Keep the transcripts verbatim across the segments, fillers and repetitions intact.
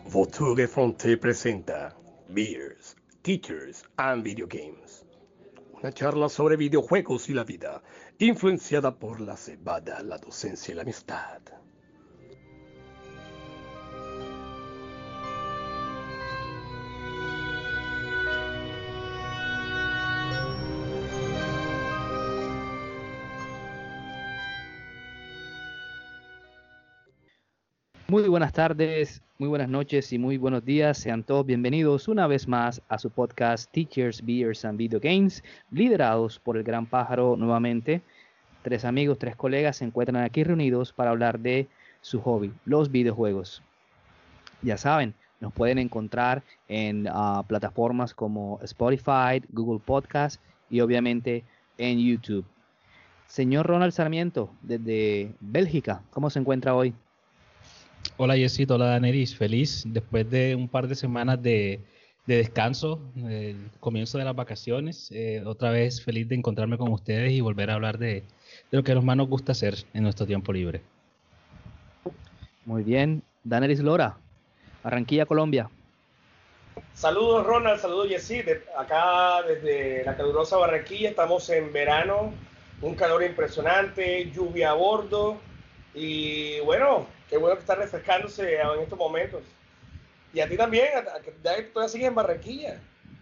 Voture Fronte presenta Beers, Teachers and Video Games. Una charla sobre videojuegos y la vida, influenciada por la cebada, la docencia y la amistad. Muy buenas tardes, muy buenas noches y muy buenos días. Sean todos bienvenidos una vez más a su podcast Teachers, Beers and Video Games, liderados por el Gran Pájaro nuevamente. Tres amigos, tres colegas se encuentran aquí reunidos para hablar de su hobby, los videojuegos. Ya saben, nos pueden encontrar en uh, plataformas como Spotify, Google Podcast y obviamente en YouTube. Señor Ronald Sarmiento, desde Bélgica, ¿cómo se encuentra hoy? Hola Yesito, hola Daneris, feliz después de un par de semanas de, de descanso, el comienzo de las vacaciones, eh, otra vez feliz de encontrarme con ustedes y volver a hablar de, de lo que más nos gusta hacer en nuestro tiempo libre. Muy bien, Daneris Lora, Barranquilla, Colombia. Saludos Ronald, saludos Yesí, de acá desde la calurosa Barranquilla, estamos en verano, un calor impresionante, lluvia a bordo y bueno, qué bueno que está refrescándose en estos momentos. Y a ti también, ya que todavía sigues en Barranquilla.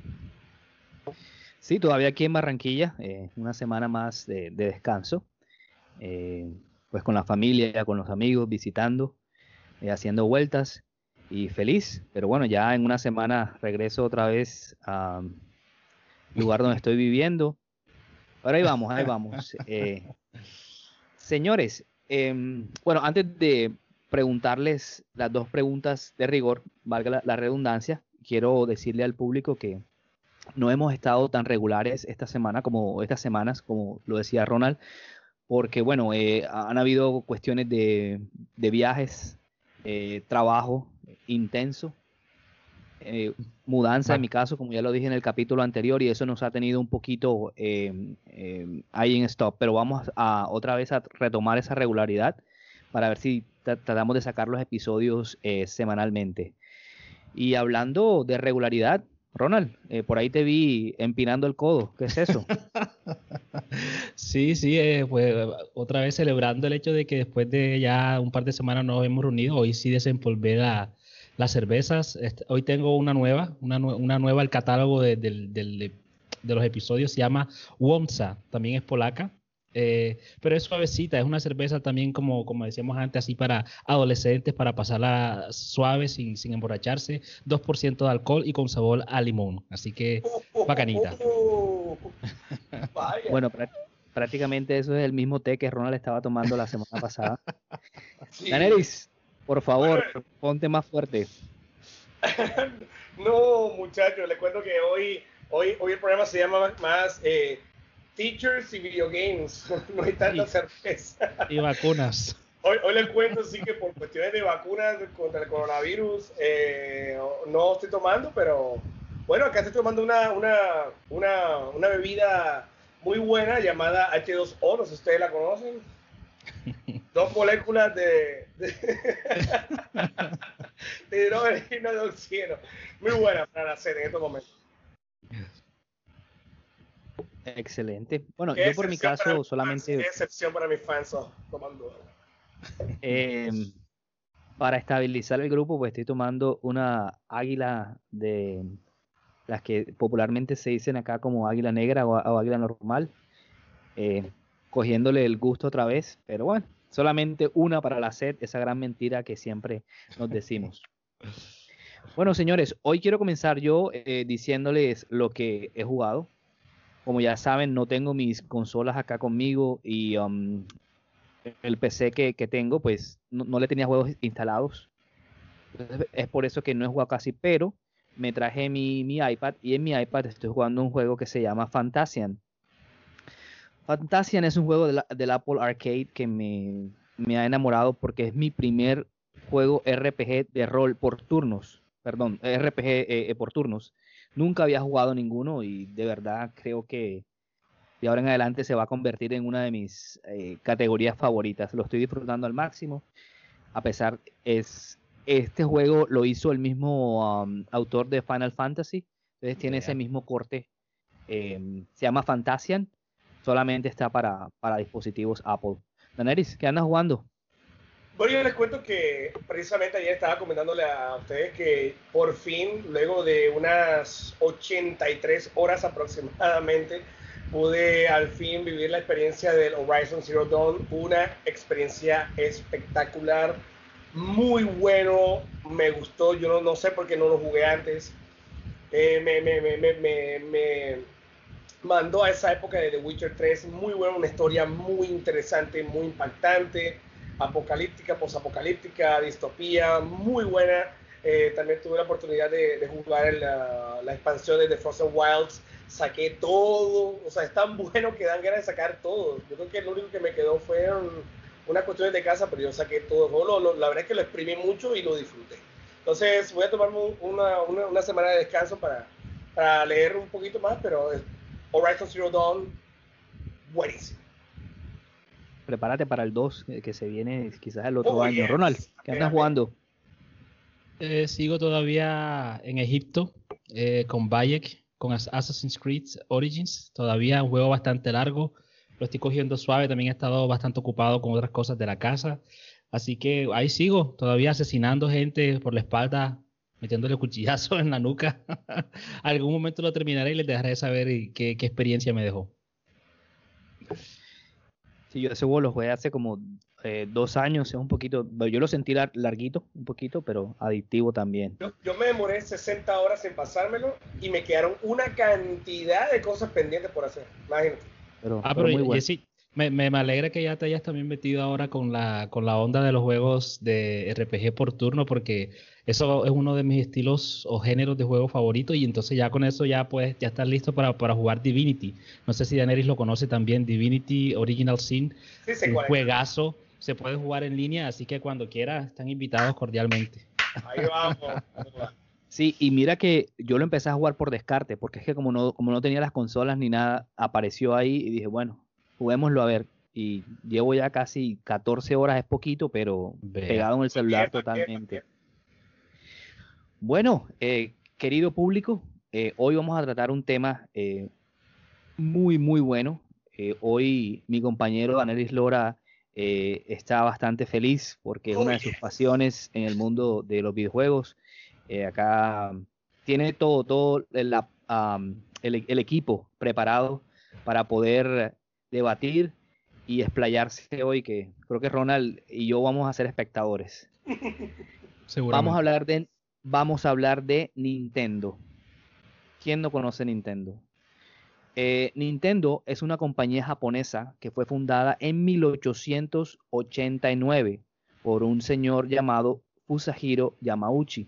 Sí, todavía aquí en Barranquilla, eh, una semana más de, de descanso, eh, pues con la familia, con los amigos, visitando, eh, haciendo vueltas y feliz. Pero bueno, ya en una semana regreso otra vez al lugar donde estoy viviendo. Pero ahí vamos, ahí vamos. Eh, señores, eh, bueno, antes de preguntarles las dos preguntas de rigor, valga la, la redundancia, quiero decirle al público que no hemos estado tan regulares esta semana como estas semanas, como lo decía Ronald, porque bueno, eh, han habido cuestiones de, de viajes, eh, trabajo intenso, eh, mudanza en mi caso, como ya lo dije en el capítulo anterior, y eso nos ha tenido un poquito eh, eh, ahí en stop, pero vamos a otra vez a retomar esa regularidad para ver si tratamos de sacar los episodios eh, semanalmente. Y hablando de regularidad, Ronald, eh, por ahí te vi empinando el codo. ¿Qué es eso? Sí, sí, eh, pues otra vez celebrando el hecho de que después de ya un par de semanas nos hemos reunido, hoy sí desempolvé la, las cervezas. Este, hoy tengo una nueva, una, una nueva al catálogo de, de, de, de los episodios, se llama Łomża, también es polaca. Eh, pero es suavecita, es una cerveza también como, como decíamos antes, así para adolescentes, para pasarla suave, sin, sin emborracharse, dos por ciento de alcohol y con sabor a limón, así que bacanita. Bueno, pr prácticamente eso es el mismo té que Ronald estaba tomando la semana pasada. Sí. Daneris, por favor, bueno, ponte más fuerte. No, muchachos, les cuento que hoy, hoy, hoy el programa se llama más... Eh, Teachers y Video Games, no hay tanta cerveza. Y vacunas. Hoy, hoy les cuento sí que por cuestiones de vacunas contra el coronavirus eh, no estoy tomando, pero bueno, acá estoy tomando una, una, una, una bebida muy buena llamada H dos O, no sé si ustedes la conocen. Dos moléculas de, de, de hidrógeno de oxígeno. Muy buena para hacer en estos momentos. Excelente. Bueno, yo por mi caso solamente... Qué excepción para mis fans oh, tomando. Eh, para estabilizar el grupo, pues estoy tomando una águila de las que popularmente se dicen acá como águila negra o, o águila normal, eh, cogiéndole el gusto otra vez, pero bueno, solamente una para la sed, esa gran mentira que siempre nos decimos. Bueno, señores, hoy quiero comenzar yo eh, diciéndoles lo que he jugado. Como ya saben, no tengo mis consolas acá conmigo y um, el P C que, que tengo, pues no, no le tenía juegos instalados. Entonces, es por eso que no he jugado casi, pero me traje mi, mi iPad y en mi iPad estoy jugando un juego que se llama Fantasian. Fantasian es un juego de la, del Apple Arcade que me, me ha enamorado porque es mi primer juego R P G de rol por turnos. Perdón, R P G eh, eh, por turnos. Nunca había jugado ninguno y de verdad creo que de ahora en adelante se va a convertir en una de mis eh, categorías favoritas. Lo estoy disfrutando al máximo. A pesar, es este juego lo hizo el mismo um, autor de Final Fantasy, entonces tiene Yeah. ese mismo corte, eh, se llama Fantasian, solamente está para, para dispositivos Apple. Daneris, ¿qué andas jugando? Bueno, yo les cuento que precisamente ayer estaba comentándole a ustedes que por fin, luego de unas ochenta y tres horas aproximadamente, pude al fin vivir la experiencia del Horizon Zero Dawn, una experiencia espectacular, muy bueno, me gustó, yo no, no sé por qué no lo jugué antes, eh, me, me, me, me, me, me mandó a esa época de The Witcher tres, muy buena, una historia muy interesante, muy impactante, apocalíptica, posapocalíptica, distopía, muy buena. Eh, también tuve la oportunidad de, de jugar en la, la expansión de The Frozen Wilds, saqué todo, o sea, es tan bueno que dan ganas de sacar todo. Yo creo que lo único que me quedó fueron unas cuestiones de casa, pero yo saqué todo. Lo, lo, la verdad es que lo exprimí mucho y lo disfruté. Entonces voy a tomarme una, una, una semana de descanso para, para leer un poquito más, pero Horizon Zero Dawn, buenísimo. Prepárate para el dos, que, que se viene quizás el otro Oh, año. yes. Ronald, ¿qué andas jugando? Eh, sigo todavía en Egipto eh, con Bayek, con Assassin's Creed Origins. Todavía un juego bastante largo. Lo estoy cogiendo suave. También he estado bastante ocupado con otras cosas de la casa. Así que ahí sigo, todavía asesinando gente por la espalda, metiéndole cuchillazo en la nuca. Algún momento lo terminaré y les dejaré saber qué, qué experiencia me dejó. Sí, yo ese juego lo jugué hace como eh, dos años, es un poquito, yo lo sentí lar- larguito, un poquito, pero adictivo también. Yo, yo me demoré sesenta horas en pasármelo y me quedaron una cantidad de cosas pendientes por hacer, imagínate. Pero, Ah, pero pero muy bueno. Jessy, me, me, me alegra que ya te hayas también metido ahora con la, con la onda de los juegos de R P G por turno, porque eso es uno de mis estilos o géneros de juego favoritos, y entonces ya con eso ya puedes, ya estás listo para, para jugar Divinity. No sé si Daenerys lo conoce también, Divinity Original Sin, Sí, sé un cuál es. juegazo, se puede jugar en línea, así que cuando quieras están invitados cordialmente. Ahí vamos. ahí va. Sí, y mira que yo lo empecé a jugar por descarte, porque es que como no, como no tenía las consolas ni nada, apareció ahí y dije, bueno, juguémoslo a ver. Y llevo ya casi catorce horas, es poquito, pero Vea. pegado en el celular Bien, bien, totalmente. bien. Bueno, eh, querido público, eh, hoy vamos a tratar un tema eh, muy, muy bueno. Eh, hoy mi compañero Danelis Lora eh, está bastante feliz porque es Oh, una de sus yes. pasiones en el mundo de los videojuegos. Eh, acá tiene todo, todo la, um, el, el equipo preparado para poder debatir y explayarse hoy, que creo que Ronald y yo vamos a ser espectadores. Seguramente. Vamos a hablar de, vamos a hablar de Nintendo. ¿Quién no conoce Nintendo? Eh, Nintendo es una compañía japonesa que fue fundada en mil ochocientos ochenta y nueve por un señor llamado Fusahiro Yamauchi.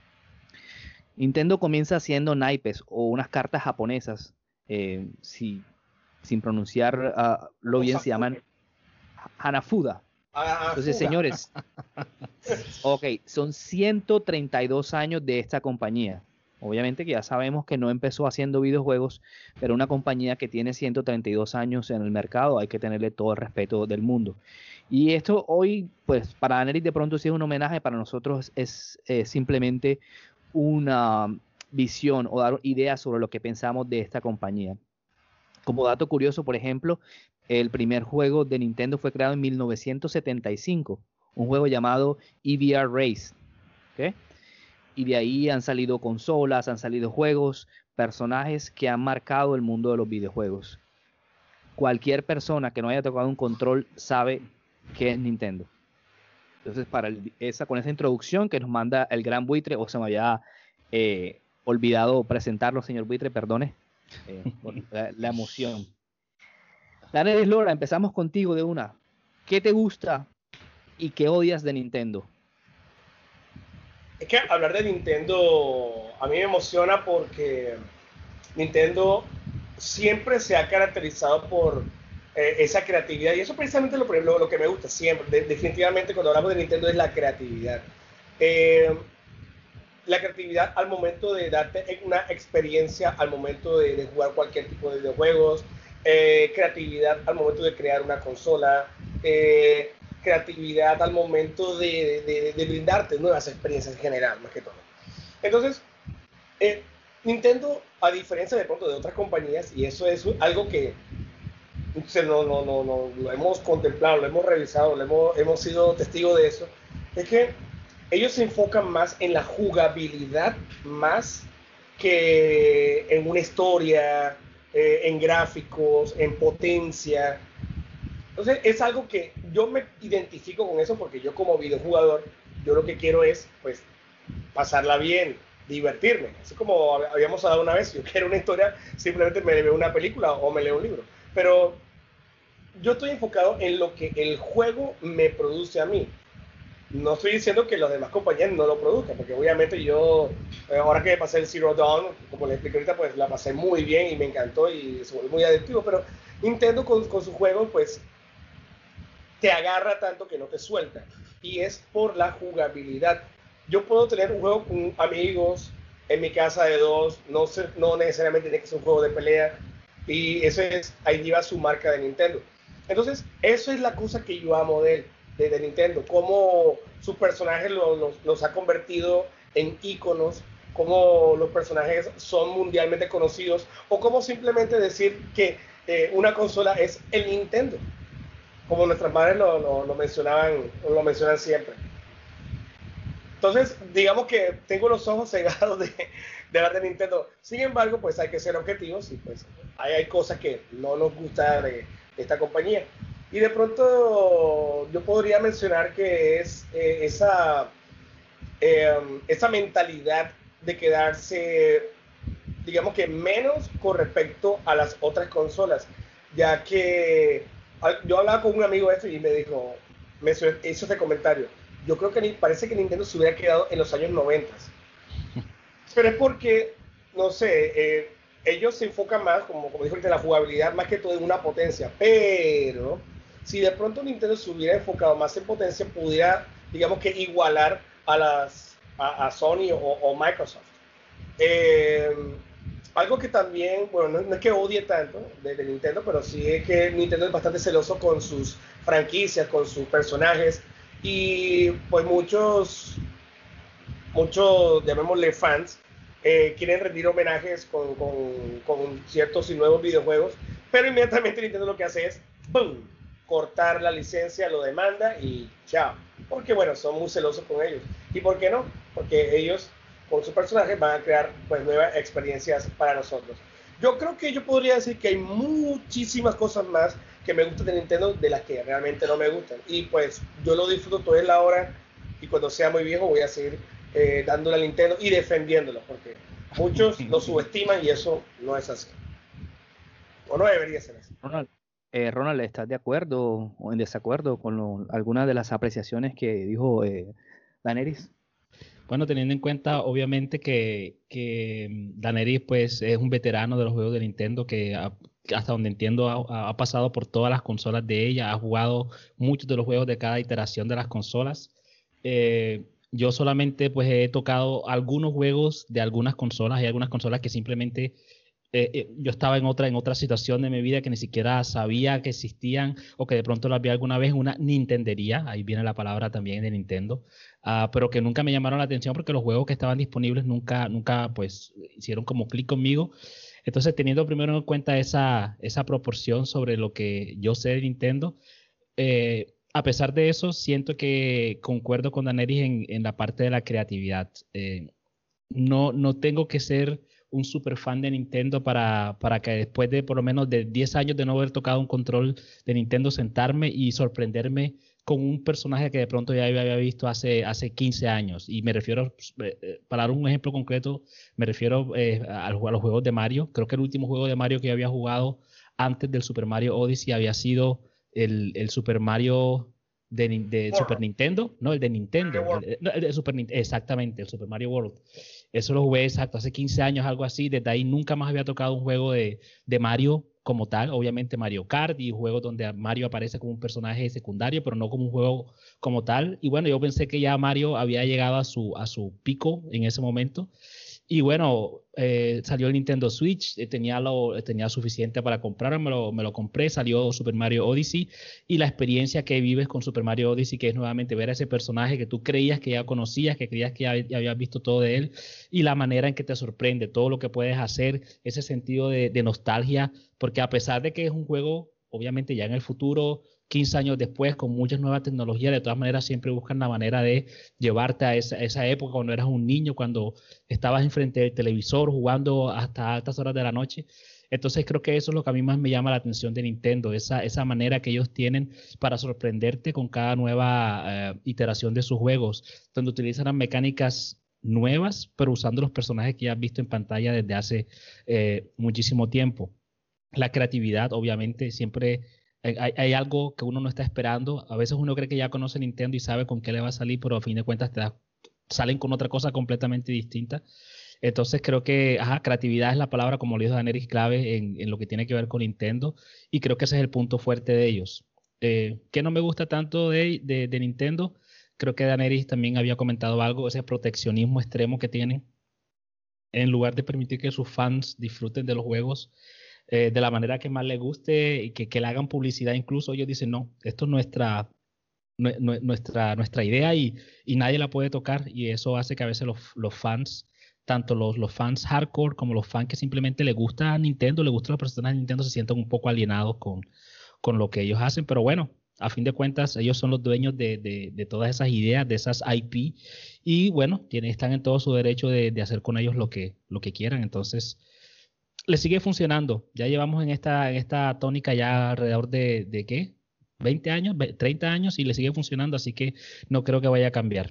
Nintendo comienza haciendo naipes o unas cartas japonesas, eh, si, sin pronunciar uh, lo bien se llaman Hanafuda. Ah, Entonces, fuga. señores, ok, son ciento treinta y dos años de esta compañía. Obviamente que ya sabemos que no empezó haciendo videojuegos, pero una compañía que tiene ciento treinta y dos años en el mercado hay que tenerle todo el respeto del mundo. Y esto hoy, pues para Daenerys de pronto sí es un homenaje, para nosotros es eh, simplemente una visión o dar ideas sobre lo que pensamos de esta compañía. Como dato curioso, por ejemplo, el primer juego de Nintendo fue creado en mil novecientos setenta y cinco, un juego llamado E V R Race, ¿okay? Y de ahí han salido consolas, han salido juegos, personajes que han marcado el mundo de los videojuegos. Cualquier persona que no haya tocado un control sabe qué es Nintendo. Entonces, para el, esa, con esa introducción que nos manda el gran buitre, o se me había eh, olvidado presentarlo, señor buitre, perdone eh, por la, la emoción. Daenerys Lora, empezamos contigo de una. ¿Qué te gusta y qué odias de Nintendo? Es que hablar de Nintendo a mí me emociona porque Nintendo siempre se ha caracterizado por eh, esa creatividad, y eso precisamente lo, lo, lo que me gusta siempre, de, definitivamente cuando hablamos de Nintendo es la creatividad. Eh, la creatividad al momento de darte una experiencia, al momento de, de jugar cualquier tipo de videojuegos, eh, creatividad al momento de crear una consola, eh, creatividad al momento de, de, de brindarte nuevas experiencias en general, más que todo. Entonces, eh, Nintendo, a diferencia de pronto de otras compañías, y eso es algo que no, no, no, no, lo hemos contemplado, lo hemos revisado, lo hemos, hemos sido testigos de eso, es que ellos se enfocan más en la jugabilidad más que en una historia, eh, en gráficos, en potencia. Entonces es algo que yo me identifico con eso porque yo como videojugador, yo lo que quiero es pues pasarla bien, divertirme. Así como habíamos hablado una vez, yo quiero una historia, simplemente me veo una película o me leo un libro. Pero yo estoy enfocado en lo que el juego me produce a mí. No estoy diciendo que las demás compañías no lo produzcan, porque obviamente yo, ahora que pasé el Zero Dawn, como les expliqué ahorita, pues la pasé muy bien y me encantó y se volvió muy adictivo, pero Nintendo con, con sus juegos, pues te agarra tanto que no te suelta, y es por la jugabilidad. Yo puedo tener un juego con amigos en mi casa de dos, no, se, no necesariamente tiene que ser un juego de pelea, y eso es, ahí lleva su marca de Nintendo. Entonces, eso es la cosa que yo amo de él, de, de Nintendo, cómo sus personajes los, los, los ha convertido en íconos, cómo los personajes son mundialmente conocidos, o cómo simplemente decir que eh, una consola es el Nintendo, como nuestras madres lo, lo, lo mencionaban, lo mencionan siempre. Entonces, digamos que tengo los ojos cegados de, de hablar de Nintendo. Sin embargo, pues hay que ser objetivos y pues hay, hay cosas que no nos gusta de, de esta compañía. Y de pronto yo podría mencionar que es eh, esa, eh, esa mentalidad de quedarse, digamos que menos con respecto a las otras consolas, ya que yo hablaba con un amigo de esto y me dijo, me hizo este comentario: yo creo que ni, parece que Nintendo se hubiera quedado en los años noventa. Pero es porque, no sé, eh, ellos se enfocan más, como, como dijo ahorita, en la jugabilidad, más que todo en una potencia. Pero si de pronto Nintendo se hubiera enfocado más en potencia, pudiera, digamos que, igualar a, las, a, a Sony o, o Microsoft. Eh, algo que también, bueno, no, no es que odie tanto de, de Nintendo, pero sí es que Nintendo es bastante celoso con sus franquicias, con sus personajes. Y pues muchos, muchos, llamémosle fans, eh, quieren rendir homenajes con, con, con ciertos y nuevos videojuegos, pero inmediatamente Nintendo lo que hace es ¡boom!, cortar la licencia, lo demanda y chao. Porque bueno, son muy celosos con ellos. ¿Y por qué no? Porque ellos con sus personajes van a crear pues nuevas experiencias para nosotros. Yo creo que yo podría decir que hay muchísimas cosas más que me gustan de Nintendo de las que realmente no me gustan, y pues yo lo disfruto toda la hora, y cuando sea muy viejo voy a seguir eh, dándole a Nintendo y defendiéndolo, porque muchos lo subestiman y eso no es así, o no debería ser así. Ronald, eh, Ronald, ¿estás de acuerdo o en desacuerdo con lo, algunas de las apreciaciones que dijo eh, Daenerys? Bueno, teniendo en cuenta obviamente que, que Daenerys pues es un veterano de los juegos de Nintendo, que ha, hasta donde entiendo ha, ha pasado por todas las consolas de ella, ha jugado muchos de los juegos de cada iteración de las consolas. Eh, yo solamente pues he tocado algunos juegos de algunas consolas. Hay algunas consolas que simplemente eh, eh, yo estaba en otra, en otra situación de mi vida que ni siquiera sabía que existían, o que de pronto las vi alguna vez en una Nintendería, ahí viene la palabra también de Nintendo, uh, pero que nunca me llamaron la atención porque los juegos que estaban disponibles nunca, nunca pues hicieron como clic conmigo. Entonces, teniendo primero en cuenta esa, esa proporción sobre lo que yo sé de Nintendo, eh, a pesar de eso, siento que concuerdo con Daenerys en, en la parte de la creatividad. Eh, no, no tengo que ser un super fan de Nintendo para, para que después de por lo menos de diez años de no haber tocado un control de Nintendo, sentarme y sorprenderme con un personaje que de pronto ya había visto hace, hace quince años. Y me refiero, eh, para dar un ejemplo concreto, me refiero eh, a, a los juegos de Mario. Creo que el último juego de Mario que yo había jugado antes del Super Mario Odyssey había sido el, el Super Mario de, de Super Nintendo, no, el de Nintendo, el, el, el de Super Nintendo, exactamente, el Super Mario World. Eso lo jugué exacto hace quince años, algo así. Desde ahí nunca más había tocado un juego de, de Mario como tal. Obviamente Mario Kart y juegos donde Mario aparece como un personaje secundario, pero no como un juego como tal. Y bueno, yo pensé que ya Mario había llegado a su, a su pico en ese momento. Y bueno, eh, salió el Nintendo Switch, eh, tenía, lo, tenía suficiente para comprar, me lo, me lo compré, salió Super Mario Odyssey y la experiencia que vives con Super Mario Odyssey, que es nuevamente ver a ese personaje que tú creías que ya conocías, que creías que ya, ya habías visto todo de él, y la manera en que te sorprende, todo lo que puedes hacer, ese sentido de, de nostalgia, porque a pesar de que es un juego, obviamente ya en el futuro, quince años después, con muchas nuevas tecnologías, de todas maneras siempre buscan la manera de llevarte a esa, esa época cuando eras un niño, cuando estabas enfrente del televisor jugando hasta altas horas de la noche. Entonces creo que eso es lo que a mí más me llama la atención de Nintendo, esa, esa manera que ellos tienen para sorprenderte con cada nueva eh, iteración de sus juegos, donde utilizan mecánicas nuevas, pero usando los personajes que ya has visto en pantalla desde hace eh, muchísimo tiempo. La creatividad, obviamente, siempre hay, hay algo que uno no está esperando. A veces uno cree que ya conoce Nintendo y sabe con qué le va a salir, pero a fin de cuentas te da, salen con otra cosa completamente distinta. Entonces creo que ajá, creatividad es la palabra, como lo dijo Daenerys, clave en, en lo que tiene que ver con Nintendo, y creo que ese es el punto fuerte de ellos. Eh, ¿Qué no me gusta tanto de, de, de Nintendo? Creo que Daenerys también había comentado algo, ese proteccionismo extremo que tienen, en lugar de permitir que sus fans disfruten de los juegos eh, de la manera que más les guste y que, que le hagan publicidad. Incluso ellos dicen, no, esto es nuestra, nu, nu, nuestra, nuestra idea y, y nadie la puede tocar, y eso hace que a veces los, los fans, tanto los, los fans hardcore como los fans que simplemente les gusta a Nintendo, les gustan las personas de Nintendo, se sientan un poco alienados con, con lo que ellos hacen, pero bueno, a fin de cuentas ellos son los dueños de, de, de todas esas ideas, de esas I P, y bueno, tienen, están en todo su derecho de, de hacer con ellos lo que, lo que quieran. Entonces le sigue funcionando. Ya llevamos en esta, en esta tónica ya alrededor de, de ¿qué? veinte años, treinta años, y le sigue funcionando, así que no creo que vaya a cambiar.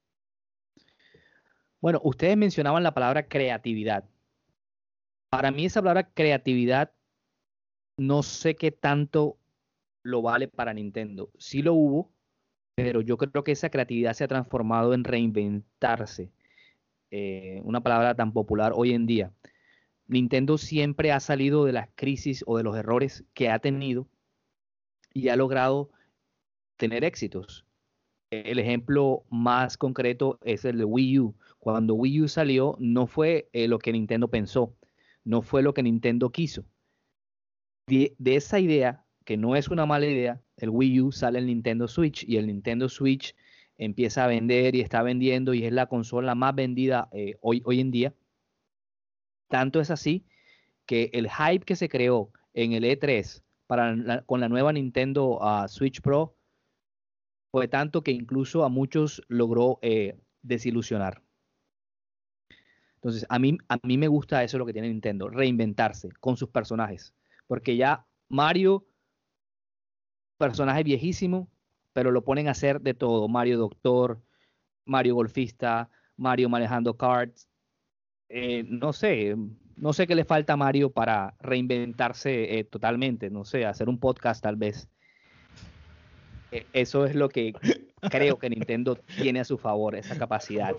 Bueno, ustedes mencionaban la palabra creatividad. Para mí esa palabra creatividad no sé qué tanto lo vale para Nintendo. Sí lo hubo, pero yo creo que esa creatividad se ha transformado en reinventarse. Eh, una palabra tan popular hoy en día. Nintendo siempre ha salido de las crisis o de los errores que ha tenido y ha logrado tener éxitos. El ejemplo más concreto es el de Wii U. Cuando Wii U salió, no fue eh, lo que Nintendo pensó, no fue lo que Nintendo quiso. De, de esa idea, que no es una mala idea, el Wii U sale el Nintendo Switch, y el Nintendo Switch empieza a vender y está vendiendo y es la consola más vendida eh, hoy, hoy en día. Tanto es así que el hype que se creó en el E tres para la, con la nueva Nintendo uh, Switch Pro fue tanto que incluso a muchos logró eh, desilusionar. Entonces, a mí, a mí me gusta eso, lo que tiene Nintendo, reinventarse con sus personajes. Porque ya Mario, personaje viejísimo, pero lo ponen a hacer de todo. Mario Doctor, Mario Golfista, Mario manejando karts. Eh, no sé, no sé qué le falta a Mario para reinventarse eh, totalmente. No sé, hacer un podcast tal vez. Eh, eso es lo que creo que Nintendo tiene a su favor, esa capacidad.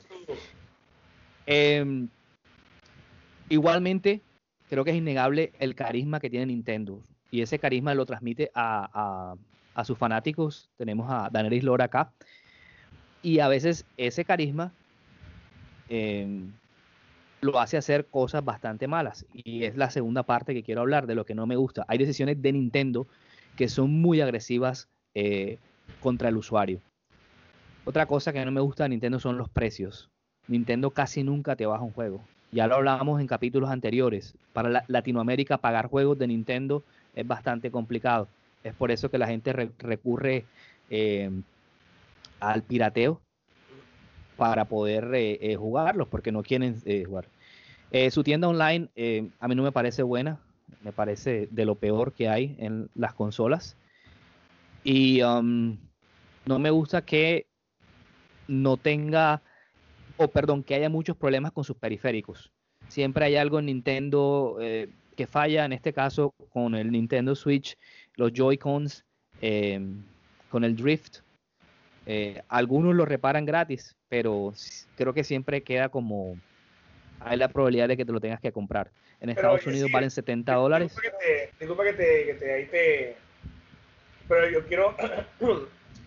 Eh, igualmente, creo que es innegable el carisma que tiene Nintendo. Y ese carisma lo transmite a, a, a sus fanáticos. Tenemos a Daenerys Lord acá. Y a veces ese carisma eh, lo hace hacer cosas bastante malas. Y es la segunda parte que quiero hablar, de lo que no me gusta. Hay decisiones de Nintendo que son muy agresivas eh, contra el usuario. Otra cosa que no me gusta de Nintendo son los precios. Nintendo casi nunca te baja un juego. Ya lo hablábamos en capítulos anteriores. Para la Latinoamérica pagar juegos de Nintendo es bastante complicado. Es por eso que la gente re recurre eh, al pirateo para poder eh, eh, jugarlos, porque no quieren eh, jugar. Eh, su tienda online eh, a mí no me parece buena. Me parece de lo peor que hay en las consolas. Y um, no me gusta que no tenga, o perdón, que haya muchos problemas con sus periféricos. Siempre hay algo en Nintendo eh, que falla, en este caso con el Nintendo Switch, los Joy-Cons, eh, con el Drift. Eh, algunos lo reparan gratis, pero creo que siempre queda como, hay la probabilidad de que te lo tengas que comprar. En Estados pero, Unidos sí, valen setenta dólares. Disculpa que te, disculpa que te, que te, ahí te, pero yo quiero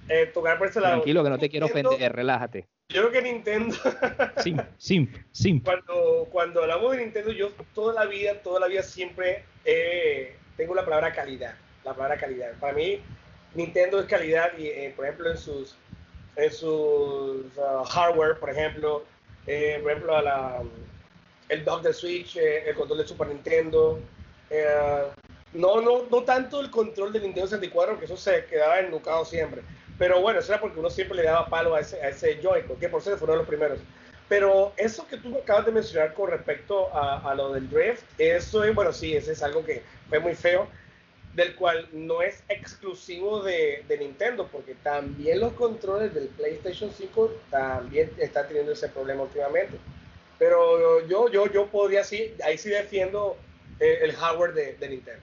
eh, tocar por ese lado. Tranquilo, que no te quiero Nintendo, ofender, relájate. Yo creo que Nintendo... Simp, simp, simp. Cuando, cuando hablamos de Nintendo, yo toda la vida, toda la vida siempre eh, tengo la palabra calidad. La palabra calidad. Para mí, Nintendo es calidad y, eh, por ejemplo, en sus, en sus uh, hardware, por ejemplo, eh, por ejemplo, la, el dock de Switch, eh, el control de Super Nintendo. Eh, no, no, no tanto el control de Nintendo sesenta y cuatro, que eso se quedaba ennucado siempre. Pero bueno, eso era porque uno siempre le daba palo a ese, a ese Joy-Con, que por cierto fueron los primeros. Pero eso que tú acabas de mencionar con respecto a, a lo del drift, eso es, bueno, sí, ese es algo que fue muy feo, del cual no es exclusivo de, de Nintendo, porque también los controles del PlayStation cinco también están teniendo ese problema últimamente. Pero yo, yo, yo podría sí, ahí sí defiendo eh, el hardware de, de Nintendo.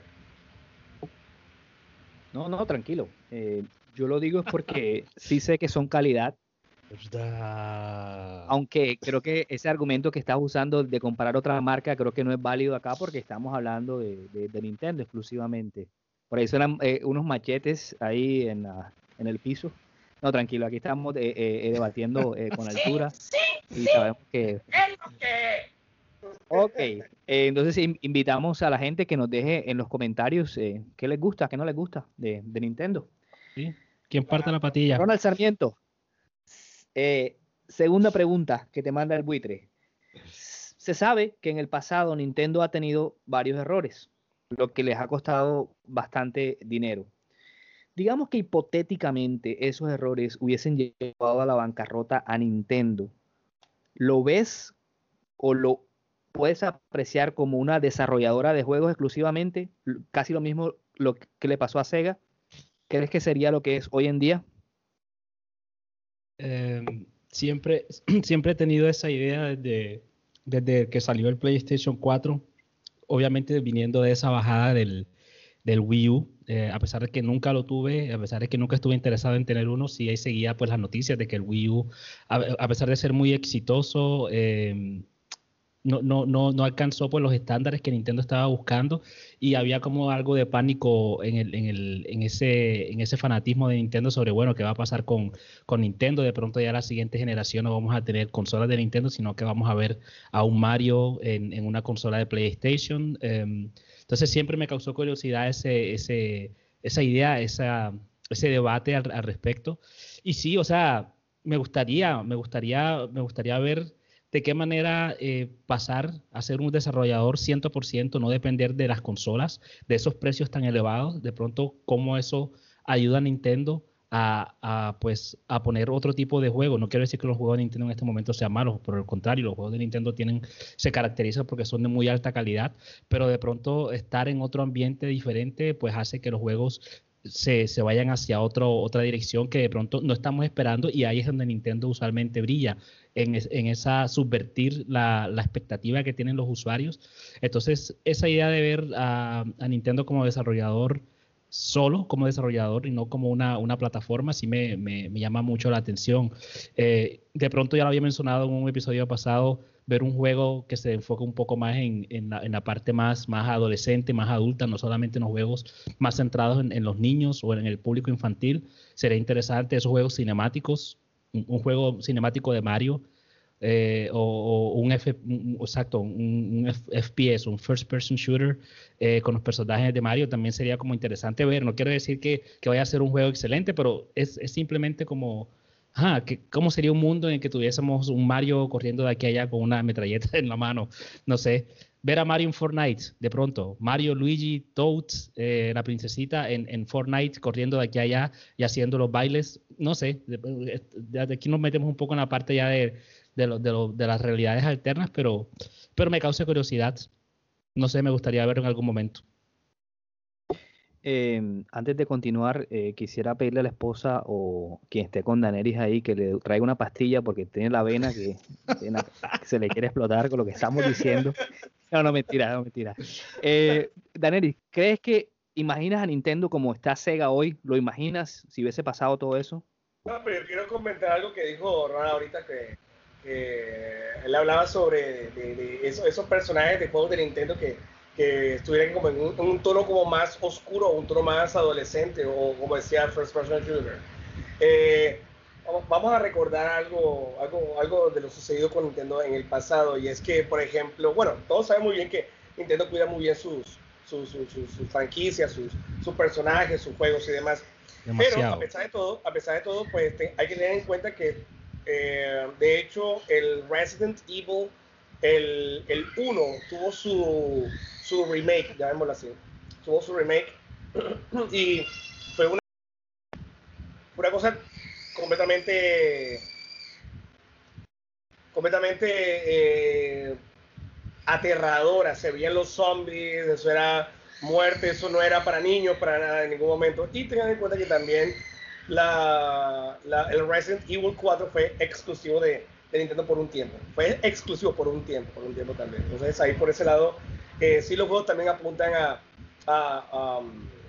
No, no, tranquilo. Eh, yo lo digo es porque sí sé que son calidad. ¿Verdad? Aunque creo que ese argumento que estás usando de comparar otra marca creo que no es válido acá porque estamos hablando de, de, de Nintendo exclusivamente. Por ahí suenan eh, unos machetes ahí en, la, en el piso. No, tranquilo, aquí estamos eh, eh, debatiendo eh, con altura. Sí, sí, y sabemos que... es lo que... Ok, eh, entonces in, invitamos a la gente que nos deje en los comentarios eh, qué les gusta, qué no les gusta de, de Nintendo. ¿Sí? ¿Quién parte la patilla? Ronald Sarmiento, eh, segunda pregunta que te manda el buitre. Se sabe que en el pasado Nintendo ha tenido varios errores, lo que les ha costado bastante dinero. Digamos que hipotéticamente esos errores hubiesen llevado a la bancarrota a Nintendo. ¿Lo ves o lo puedes apreciar como una desarrolladora de juegos exclusivamente? Casi lo mismo lo que le pasó a Sega. ¿Crees que sería lo que es hoy en día? Eh, siempre, siempre he tenido esa idea desde, desde que salió el PlayStation cuatro, obviamente viniendo de esa bajada del, del Wii U, eh, a pesar de que nunca lo tuve, a pesar de que nunca estuve interesado en tener uno, sí ahí seguía pues las noticias de que el Wii U, a, a pesar de ser muy exitoso, eh, no, no, no, no alcanzó pues los estándares que Nintendo estaba buscando y había como algo de pánico en, el, en, el, en, ese, en ese fanatismo de Nintendo sobre, bueno, qué va a pasar con, con Nintendo. De pronto ya la siguiente generación no vamos a tener consolas de Nintendo, sino que vamos a ver a un Mario en, en una consola de PlayStation. Eh, entonces siempre me causó curiosidad ese, ese, esa idea, esa, ese debate al, al respecto. Y sí, o sea, me gustaría, me gustaría, me gustaría ver de qué manera eh, pasar a ser un desarrollador cien por ciento, no depender de las consolas, de esos precios tan elevados, de pronto cómo eso ayuda a Nintendo a, a, pues, a poner otro tipo de juegos. No quiero decir que los juegos de Nintendo en este momento sean malos, por el contrario, los juegos de Nintendo tienen, se caracterizan porque son de muy alta calidad, pero de pronto estar en otro ambiente diferente pues hace que los juegos Se, se vayan hacia otro, otra dirección que de pronto no estamos esperando, y ahí es donde Nintendo usualmente brilla, en, es, en esa subvertir la, la expectativa que tienen los usuarios. Entonces esa idea de ver a, a Nintendo como desarrollador solo, como desarrollador y no como una, una plataforma, sí me, me, me llama mucho la atención. Eh, de pronto ya lo había mencionado en un episodio pasado, ver un juego que se enfoca un poco más en, en, la, en la parte más, más adolescente, más adulta, no solamente en los juegos más centrados en, en los niños o en el público infantil. Sería interesante esos juegos cinemáticos, un, un juego cinemático de Mario, eh, o, o un, F, un, exacto, un, un F P S, un First Person Shooter eh, con los personajes de Mario, también sería como interesante ver. No quiero decir que, que vaya a ser un juego excelente, pero es, es simplemente como... Ajá, que, ¿cómo sería un mundo en el que tuviésemos un Mario corriendo de aquí a allá con una metralleta en la mano? No sé, ver a Mario en Fortnite, de pronto, Mario, Luigi, Toad, eh, la princesita en, en Fortnite corriendo de aquí a allá y haciendo los bailes, no sé, de, de, de aquí nos metemos un poco en la parte ya de, de, lo, de, lo, de las realidades alternas, pero, pero me causa curiosidad, no sé, me gustaría verlo en algún momento. Eh, antes de continuar, eh, quisiera pedirle a la esposa o quien esté con Daenerys ahí que le traiga una pastilla porque tiene la vena que, tiene, que se le quiere explotar con lo que estamos diciendo. No, no, mentira, no, mentira. Eh, Daenerys, ¿crees que imaginas a Nintendo como está Sega hoy? ¿Lo imaginas si hubiese pasado todo eso? No, pero yo quiero comentar algo que dijo Ron ahorita, que, que él hablaba sobre de, de esos, esos personajes de juegos de Nintendo que que estuvieran como en un, en un tono como más oscuro, un tono más adolescente, o como decía First Person Shooter. Eh, vamos a recordar algo, algo, algo de lo sucedido con Nintendo en el pasado, y es que, por ejemplo, bueno, todos saben muy bien que Nintendo cuida muy bien sus, sus, sus, sus, sus franquicias, sus, sus personajes, sus juegos y demás. Demasiado. Pero a pesar de todo, a pesar de todo, pues te, hay que tener en cuenta que, eh, de hecho, el Resident Evil, el, el uno, tuvo su, su remake, llamémoslo así, tuvo su remake, y fue una, una cosa completamente completamente eh, aterradora. Se veían los zombies, eso era muerte, eso no era para niños para nada en ningún momento. Y tengan en cuenta que también la, la, el Resident Evil cuatro fue exclusivo de, de Nintendo por un tiempo, fue exclusivo por un tiempo por un tiempo también. Entonces ahí por ese lado eh, sí, los juegos también apuntan a a, a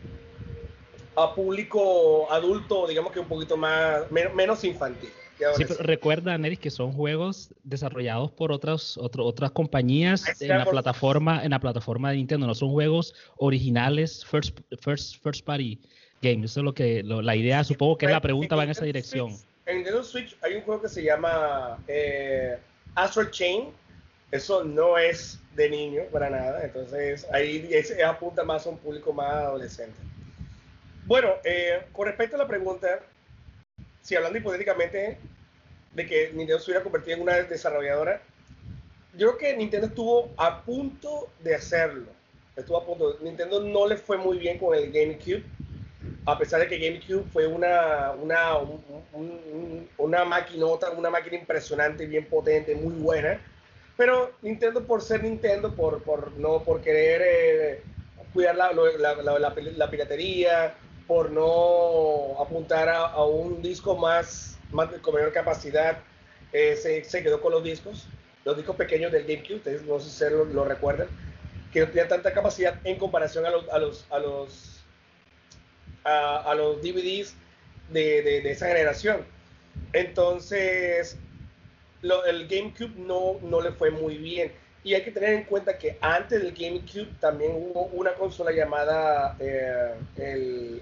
a público adulto, digamos que un poquito más, men menos infantil. Sí, pero recuerda, Neris, que son juegos desarrollados por otras otro, otras compañías en la plataforma en la plataforma de Nintendo. No son juegos originales first first first party games. Eso es lo que lo, la idea, supongo que es la pregunta, va en esa dirección. En Nintendo Switch hay un juego que se llama eh, Astral Chain. Eso no es de niño para nada. Entonces ahí ese apunta más a un público más adolescente. Bueno, eh, con respecto a la pregunta, si hablando hipotéticamente de que Nintendo se hubiera convertido en una desarrolladora, yo creo que Nintendo estuvo a punto de hacerlo. Estuvo a punto. Nintendo no le fue muy bien con el GameCube, a pesar de que GameCube fue una, una, un, un, una maquinota, una máquina impresionante, bien potente, muy buena. Pero Nintendo, por ser Nintendo, por, por, no, por querer eh, cuidar la, la, la, la, la piratería, por no apuntar a, a un disco más, más con mayor capacidad, eh, se, se quedó con los discos, los discos pequeños del GameCube. Ustedes no sé si se lo, lo recuerdan, que no tenían tanta capacidad en comparación a los, a los, a los, a, a los D V Ds de, de, de esa generación. Entonces, lo, el GameCube no, no le fue muy bien. Y hay que tener en cuenta que antes del GameCube también hubo una consola llamada eh, el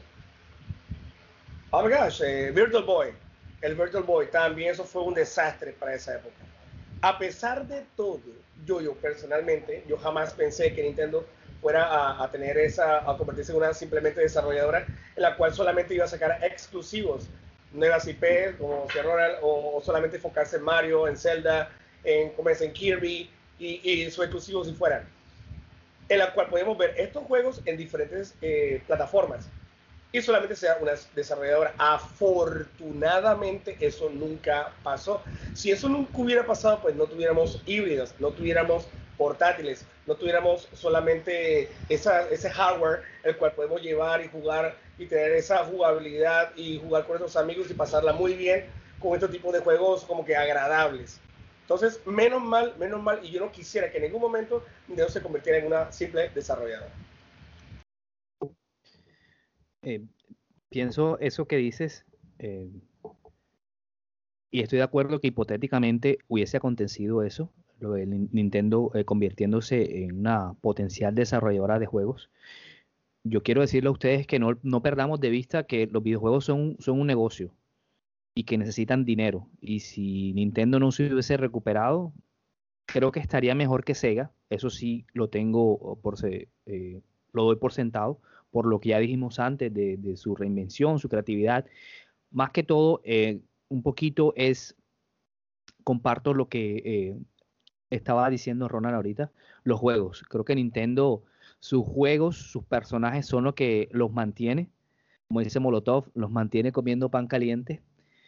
oh my gosh, eh, Virtual Boy. El Virtual Boy también, eso fue un desastre para esa época. A pesar de todo, yo, yo personalmente, yo jamás pensé que Nintendo fuera a, a tener esa, a convertirse en una simplemente desarrolladora en la cual solamente iba a sacar exclusivos, nuevas I P, como Ronald, o, o solamente enfocarse en Mario, en Zelda, en, como es, en Kirby, y, y sus exclusivos si fueran. En la cual podemos ver estos juegos en diferentes eh, plataformas. Y solamente sea una desarrolladora. Afortunadamente eso nunca pasó. Si eso nunca hubiera pasado, pues no tuviéramos híbridos, no tuviéramos portátiles, no tuviéramos solamente esa, ese hardware el cual podemos llevar y jugar y tener esa jugabilidad y jugar con nuestros amigos y pasarla muy bien con este tipo de juegos como que agradables. Entonces, menos mal, menos mal, y yo no quisiera que en ningún momento Nintendo se convirtiera en una simple desarrolladora. Eh, pienso eso que dices, eh, y estoy de acuerdo que hipotéticamente hubiese acontecido eso, lo de Nintendo eh, convirtiéndose en una potencial desarrolladora de juegos. Yo quiero decirle a ustedes que no, no perdamos de vista que los videojuegos son, son un negocio y que necesitan dinero. Y si Nintendo no se hubiese recuperado, creo que estaría mejor que Sega. Eso sí lo tengo por eh, lo doy por sentado, por lo que ya dijimos antes de, de su reinvención, su creatividad. Más que todo, eh, un poquito es, comparto lo que eh, estaba diciendo Ronald ahorita, los juegos. Creo que Nintendo, sus juegos, sus personajes son lo que los mantiene, como dice Molotov, los mantiene comiendo pan caliente.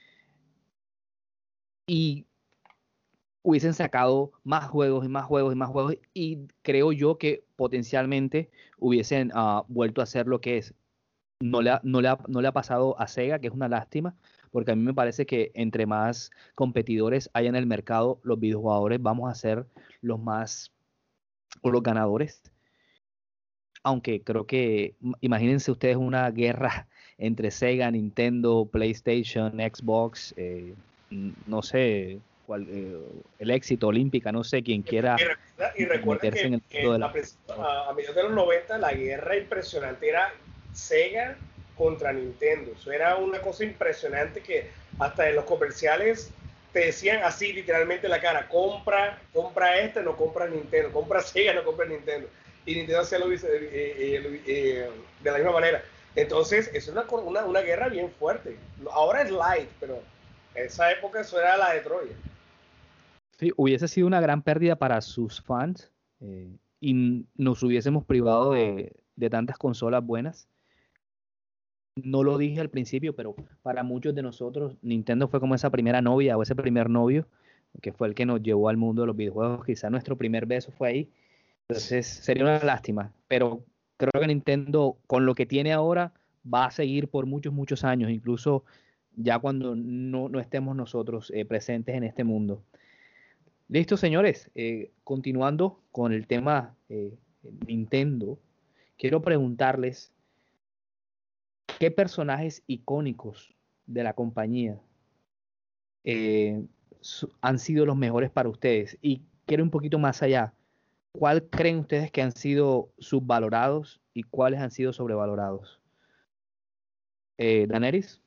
Y hubiesen sacado más juegos y más juegos y más juegos, y creo yo que potencialmente hubiesen uh, vuelto a hacer lo que es. No le, ha, no, le ha, no le ha pasado a Sega, que es una lástima, porque a mí me parece que entre más competidores hay en el mercado, los videojugadores vamos a ser los más, o los ganadores. Aunque creo que, imagínense ustedes una guerra entre Sega, Nintendo, PlayStation, Xbox, eh, no sé, cuál, eh, el éxito olímpica, no sé, quien quiera y recuerda, y recuerda meterse que, en el que de la... a, a mediados de los noventa la guerra impresionante era Sega contra Nintendo. Eso era una cosa impresionante que hasta en los comerciales te decían así literalmente en la cara, compra, compra este, no compra Nintendo, compra Sega, no compra Nintendo. Y Nintendo hacía lo, eh, eh, eh, de la misma manera. Entonces, eso es una, una, una guerra bien fuerte. Ahora es light, pero en esa época eso era la de Troya. Sí, hubiese sido una gran pérdida para sus fans eh, y nos hubiésemos privado de, de tantas consolas buenas. No lo dije al principio, pero para muchos de nosotros Nintendo fue como esa primera novia o ese primer novio que fue el que nos llevó al mundo de los videojuegos. Quizá nuestro primer beso fue ahí. Entonces sería una lástima, pero creo que Nintendo con lo que tiene ahora va a seguir por muchos, muchos años, incluso ya cuando no, no estemos nosotros eh, presentes en este mundo. Listo, señores, eh, continuando con el tema eh, Nintendo, quiero preguntarles qué personajes icónicos de la compañía eh, su- han sido los mejores para ustedes. Y quiero un poquito más allá. ¿Cuál creen ustedes que han sido subvalorados y cuáles han sido sobrevalorados? Eh, Daenerys,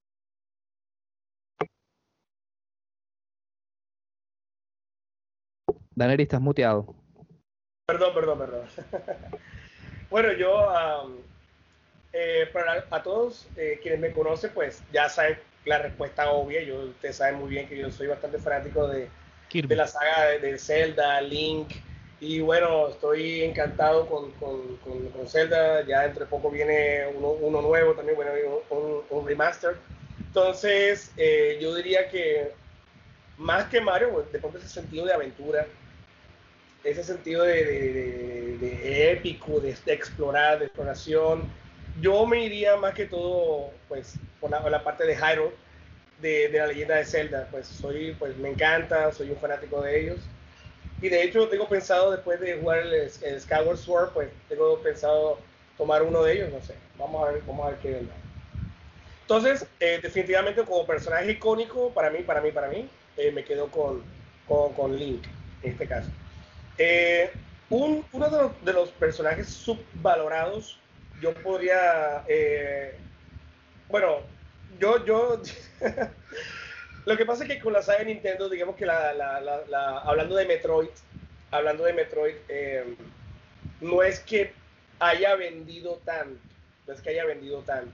Daenerys, estás muteado. Perdón, perdón, perdón. Bueno, yo, um, eh, para a todos eh, quienes me conocen, pues ya saben la respuesta obvia. Yo, ustedes saben muy bien que yo soy bastante fanático de, de la saga de, de Zelda, Link. Y bueno, estoy encantado con, con, con, con Zelda. Ya dentro de poco viene uno, uno nuevo también, bueno, un, un remaster. Entonces, eh, yo diría que más que Mario, pues, de pronto ese sentido de aventura, ese sentido de, de, de, de épico, de, de, explorar, de exploración. Yo me iría más que todo, pues, por la, por la parte de Hyrule, de, de la leyenda de Zelda. Pues soy, pues me encanta, soy un fanático de ellos. Y de hecho tengo pensado, después de jugar el, el Skyward Sword, pues tengo pensado tomar uno de ellos, no sé. Vamos a ver, vamos a ver qué onda. Entonces, eh, definitivamente como personaje icónico, para mí, para mí, para mí, eh, me quedo con, con, con Link, en este caso. Eh, un, uno de los, de los personajes subvalorados, yo podría, eh, bueno, yo, yo, lo que pasa es que con la saga de Nintendo, digamos que la, la, la, la hablando de Metroid, hablando de Metroid, eh, no es que haya vendido tanto, no es que haya vendido tanto.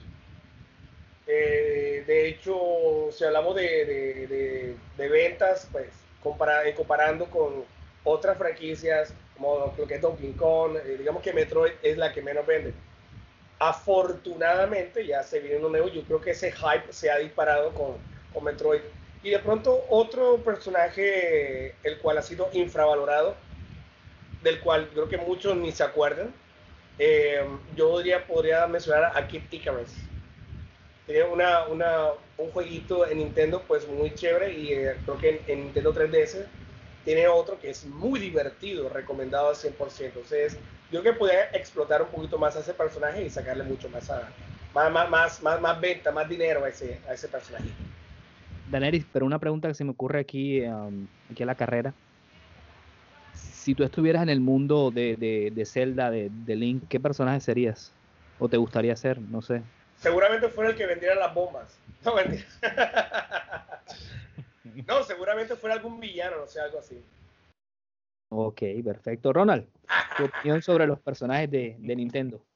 Eh, de hecho, si hablamos de, de, de, de ventas, pues compara, eh, comparando con otras franquicias como lo que es Donkey Kong, eh, digamos que Metroid es la que menos vende. Afortunadamente ya se viene uno nuevo, yo creo que ese hype se ha disparado con, con Metroid. Y de pronto otro personaje el cual ha sido infravalorado, del cual creo que muchos ni se acuerdan, eh, yo diría, podría mencionar a Kid Icarus. Tiene una, una, un jueguito en Nintendo pues muy chévere y eh, creo que en, en Nintendo tres D S tiene otro que es muy divertido, recomendado al cien por ciento. Entonces, yo creo que podría explotar un poquito más a ese personaje y sacarle mucho más, a, más, más, más, más, más venta, más dinero a ese, a ese personaje. Daenerys, pero una pregunta que se me ocurre aquí, um, aquí a la carrera. Si tú estuvieras en el mundo de, de, de Zelda, de, de Link, ¿qué personaje serías? ¿O te gustaría ser? No sé. Seguramente fuera el que vendiera las bombas. No, mentira. No, seguramente fuera algún villano, no sé, algo así. Ok, perfecto. Ronald, tu opinión sobre los personajes de, de Nintendo.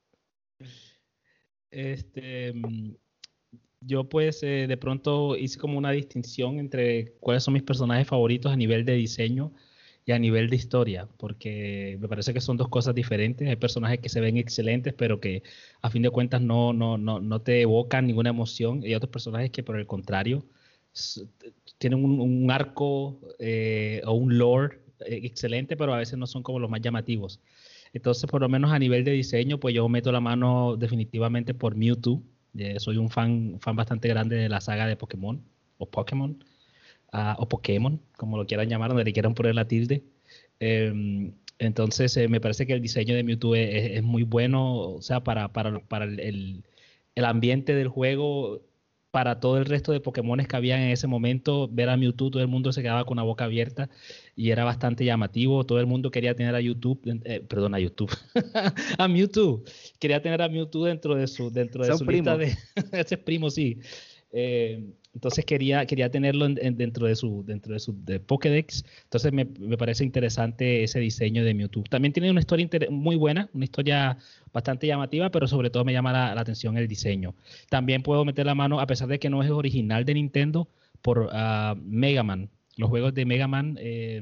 Este, yo pues eh, de pronto hice como una distinción entre cuáles son mis personajes favoritos a nivel de diseño y a nivel de historia, porque me parece que son dos cosas diferentes. Hay personajes que se ven excelentes, pero que a fin de cuentas no, no, no, no te evocan ninguna emoción. Y hay otros personajes que por el contrario tienen un, un arco eh, o un lore eh, excelente, pero a veces no son como los más llamativos. Entonces, por lo menos a nivel de diseño, pues yo meto la mano definitivamente por Mewtwo. Eh, soy un fan, fan bastante grande de la saga de Pokémon, o Pokémon, uh, o Pokémon, como lo quieran llamar, donde le quieran poner la tilde. Eh, entonces, eh, me parece que el diseño de Mewtwo es, es, es muy bueno, o sea, para, para, para el, el, el ambiente del juego para todo el resto de Pokémones que había en ese momento, ver a Mewtwo, todo el mundo se quedaba con la boca abierta y era bastante llamativo. Todo el mundo quería tener a YouTube, eh, perdón, a YouTube, a Mewtwo. Quería tener a Mewtwo dentro de su, dentro de Son su primos. lista de... Ese es primo, sí. Eh, entonces quería, quería tenerlo en, en, dentro de su, dentro de su de Pokédex. Entonces me, me parece interesante ese diseño de Mewtwo. También tiene una historia inter- muy buena, una historia bastante llamativa, pero sobre todo me llama la, la atención el diseño. También puedo meter la mano, a pesar de que no es original de Nintendo, por uh, Mega Man. Los juegos de Mega Man, eh,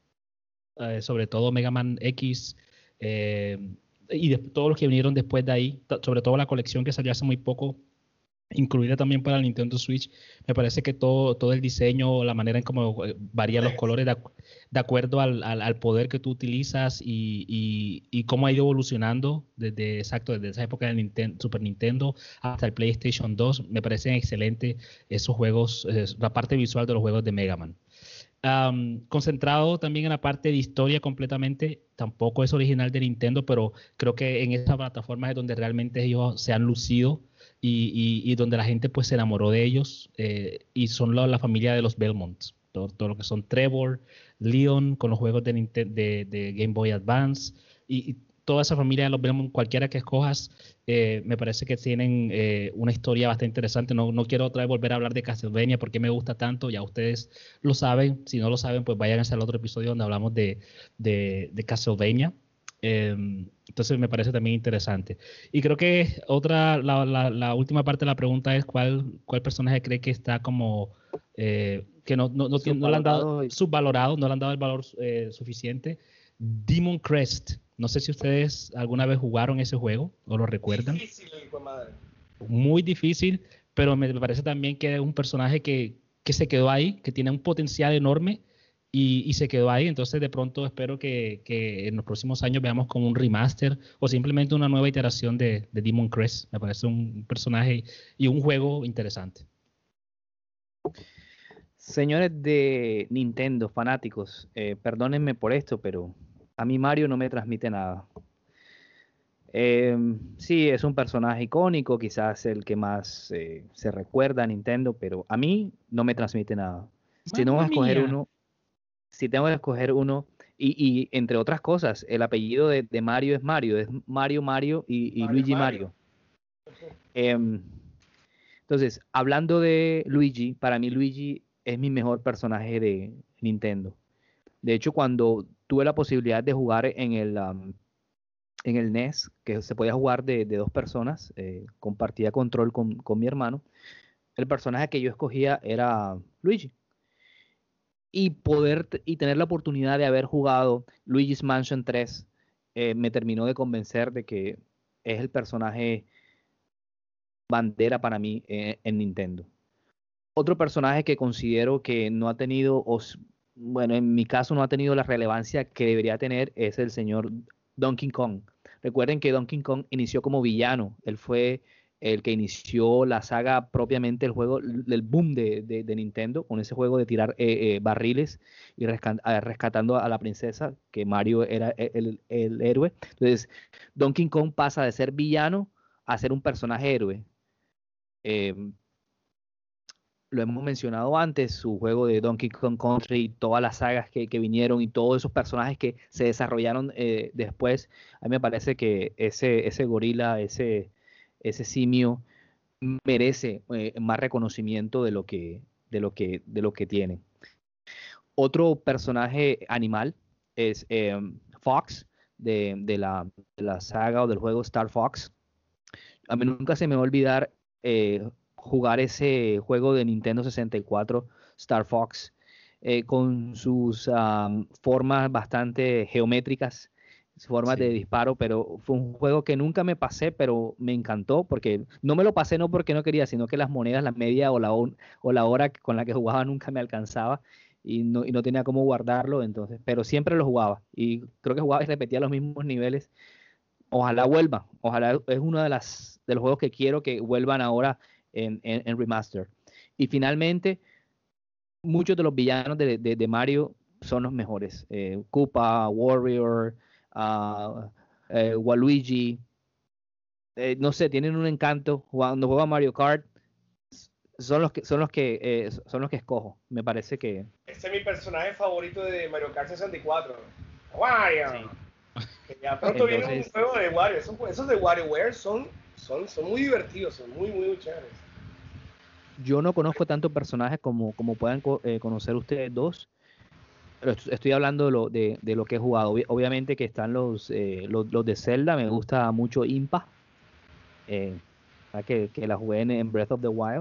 eh, sobre todo Mega Man X, eh, y de, todos los que vinieron después de ahí, sobre todo la colección que salió hace muy poco, incluida también para el Nintendo Switch. Me parece que todo, todo el diseño, la manera en cómo varían los colores de, de acuerdo al, al, al poder que tú utilizas y, y, y cómo ha ido evolucionando desde, exacto, desde esa época del Nintendo, Super Nintendo hasta el PlayStation dos, me parecen excelentes esos juegos, eh, la parte visual de los juegos de Mega Man. Um, concentrado también en la parte de historia completamente, tampoco es original de Nintendo, pero creo que en esa plataforma es donde realmente ellos se han lucido y, y, y donde la gente pues se enamoró de ellos, eh, y son la, la familia de los Belmonts, todo, todo lo que son Trevor, Leon con los juegos de, Nintendo, de, de Game Boy Advance y, y toda esa familia de los Belmont, cualquiera que escojas, eh, me parece que tienen eh, una historia bastante interesante. No, no quiero otra vez volver a hablar de Castlevania porque me gusta tanto, ya ustedes lo saben. Si no lo saben, pues vayan hacia el otro episodio donde hablamos de, de, de Castlevania. Eh, entonces me parece también interesante. Y creo que otra, la, la, la última parte de la pregunta es cuál, cuál personaje cree que está como, eh, que no, no, no, tiene, no le han dado y... subvalorado, no le han dado el valor eh, suficiente. Demon Crest. No sé si ustedes alguna vez jugaron ese juego o lo recuerdan. Difícil, hijo de madre. Muy difícil, pero me parece también que es un personaje que, que se quedó ahí, que tiene un potencial enorme y, y se quedó ahí. Entonces de pronto espero que, que en los próximos años veamos como un remaster o simplemente una nueva iteración de, de Demon Crest. Me parece un personaje y un juego interesante. Señores de Nintendo, fanáticos, eh, perdónenme por esto, pero a mí Mario no me transmite nada. Eh, sí, es un personaje icónico, quizás el que más eh, se recuerda a Nintendo, pero a mí no me transmite nada. Si no voy a escoger uno, si tengo que escoger uno, y, y entre otras cosas, el apellido de, de Mario es Mario, es Mario Mario y, y Mario, Luigi Mario. Mario. Eh, entonces, hablando de Luigi, para mí Luigi es mi mejor personaje de Nintendo. De hecho, cuando tuve la posibilidad de jugar en el, um, en el N E S, que se podía jugar de, de dos personas, eh, compartía control con, con mi hermano, el personaje que yo escogía era Luigi. Y poder y tener la oportunidad de haber jugado Luigi's Mansion tres eh, me terminó de convencer de que es el personaje bandera para mí eh, en Nintendo. Otro personaje que considero que no ha tenido, o, bueno, en mi caso no ha tenido la relevancia que debería tener es el señor Donkey Kong. Recuerden que Donkey Kong inició como villano. Él fue el que inició la saga propiamente, el juego, el boom de, de, de Nintendo, con ese juego de tirar eh, eh, barriles y rescat, rescatando a la princesa, que Mario era el, el, el héroe. Entonces, Donkey Kong pasa de ser villano a ser un personaje héroe. Eh, lo hemos mencionado antes, su juego de Donkey Kong Country, todas las sagas que, que vinieron y todos esos personajes que se desarrollaron eh, después. A mí me parece que ese, ese gorila, ese, ese simio, merece eh, más reconocimiento de lo que, de lo que, de lo que tiene. Otro personaje animal es eh, Fox, de, de, la, de la saga o del juego Star Fox. A mí nunca se me va a olvidar eh, jugar ese juego de Nintendo sesenta y cuatro, Star Fox, eh, con sus um, formas bastante geométricas, formas sí. de disparo, pero fue un juego que nunca me pasé, pero me encantó, porque no me lo pasé no porque no quería, sino que las monedas, la media o la, o la hora con la que jugaba nunca me alcanzaba y no, y no tenía cómo guardarlo, entonces, pero siempre lo jugaba y creo que jugaba y repetía los mismos niveles. Ojalá vuelva, ojalá es uno de, las, de los juegos que quiero que vuelvan ahora en, en, en remaster. Y finalmente, muchos de los villanos de, de, de Mario son los mejores. Eh, Koopa, Warrior, uh, eh, Waluigi, eh, no sé, tienen un encanto. Cuando juega Mario Kart, son los que son los que eh, son los que escojo. Me parece que ese es mi personaje favorito de Mario Kart sesenta y cuatro. Wario. Sí. Que ya pronto Entonces, viene un juego de Wario. Esos, esos de WarioWare son, son, son muy divertidos, son muy, muy chéveres. Yo no conozco tantos personajes como, como puedan eh, conocer ustedes dos. Pero estoy hablando de lo, de, de lo que he jugado. Obviamente que están los, eh, los, los de Zelda. Me gusta mucho Impa. Eh, que, que la jugué en, en Breath of the Wild.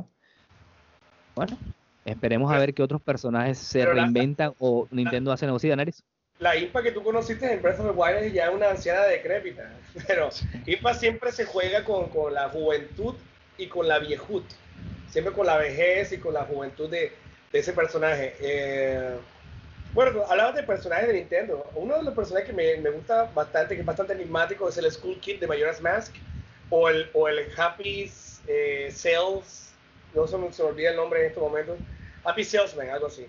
Bueno, esperemos a ver qué otros personajes se Pero reinventan la, o Nintendo la, hace negocio, Daenerys. La Impa que tú conociste en Breath of the Wild es ya una anciana decrépita. Pero Impa siempre se juega con, con la juventud y con la viejud. Siempre con la vejez y con la juventud de, de ese personaje. Eh, bueno, hablabas de personajes de Nintendo. Uno de los personajes que me, me gusta bastante, que es bastante enigmático, es el Skull Kid de Majora's Mask. O el, o el Happy eh, Sales, no se me, se me olvida el nombre en estos momentos. Happy Salesman, algo así.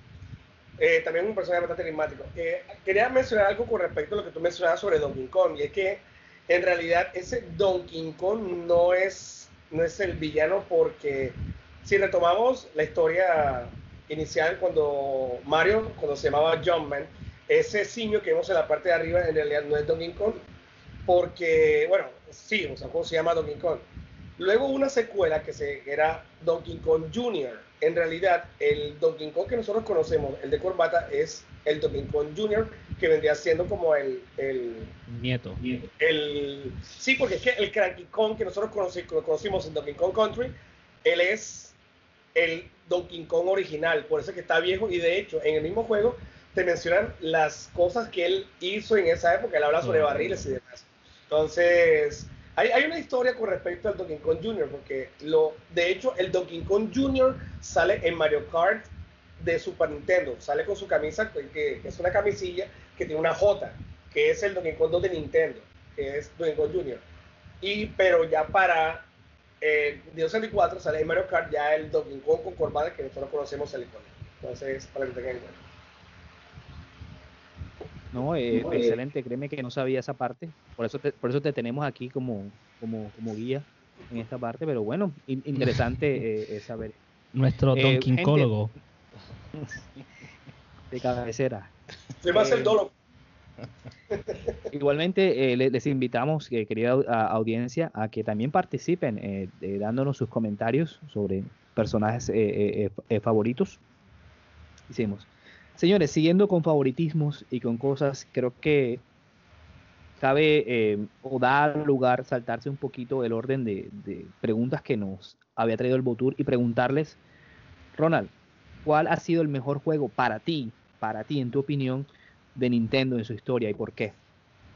Eh, también un personaje bastante enigmático. Eh, quería mencionar algo con respecto a lo que tú mencionabas sobre Donkey Kong. Y es que en realidad ese Donkey Kong no es, no es el villano, porque si retomamos la historia inicial, cuando Mario, cuando se llamaba Jumpman, ese simio que vemos en la parte de arriba en realidad no es Donkey Kong, porque, bueno, sí, o sea, ¿cómo se llama Donkey Kong? Luego una secuela que se, era Donkey Kong junior En realidad, el Donkey Kong que nosotros conocemos, el de corbata, es el Donkey Kong junior, que vendría siendo como el... el nieto. El, sí, porque es que el Cranky Kong que nosotros conocí, conocimos en Donkey Kong Country, él es el Donkey Kong original, por eso es que está viejo, y de hecho, en el mismo juego te mencionan las cosas que él hizo en esa época. Él habla sobre oh. barriles y demás. Entonces, hay, hay una historia con respecto al Donkey Kong junior, porque lo, de hecho el Donkey Kong junior sale en Mario Kart de Super Nintendo, sale con su camisa, que, que es una camisilla que tiene una J, que es el Donkey Kong dos de Nintendo, que es Donkey Kong junior Y, pero ya para eh, Nintendo sesenta y cuatro sale en Mario Kart ya el Donkey Kong con corbata, que nosotros conocemos el icono. Entonces, para que tengan en cuenta. No, eh, no, excelente, eh. Créeme que no sabía esa parte, por eso te, por eso te tenemos aquí como, como, como guía en esta parte, pero bueno, in, interesante eh, saber. Nuestro Don Quincólogo. De cabecera. Se va a hacer dolo. Igualmente eh, les invitamos, eh, querida audiencia, a que también participen eh, eh, dándonos sus comentarios sobre personajes eh, eh, eh, favoritos. Hicimos. Señores, siguiendo con favoritismos y con cosas, creo que cabe eh, o dar lugar saltarse un poquito el orden de, de preguntas que nos había traído el Botur y preguntarles, Ronald, ¿cuál ha sido el mejor juego para ti, para ti en tu opinión, de Nintendo en su historia y por qué?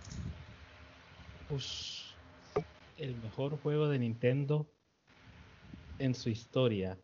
Pues, el mejor juego de Nintendo en su historia.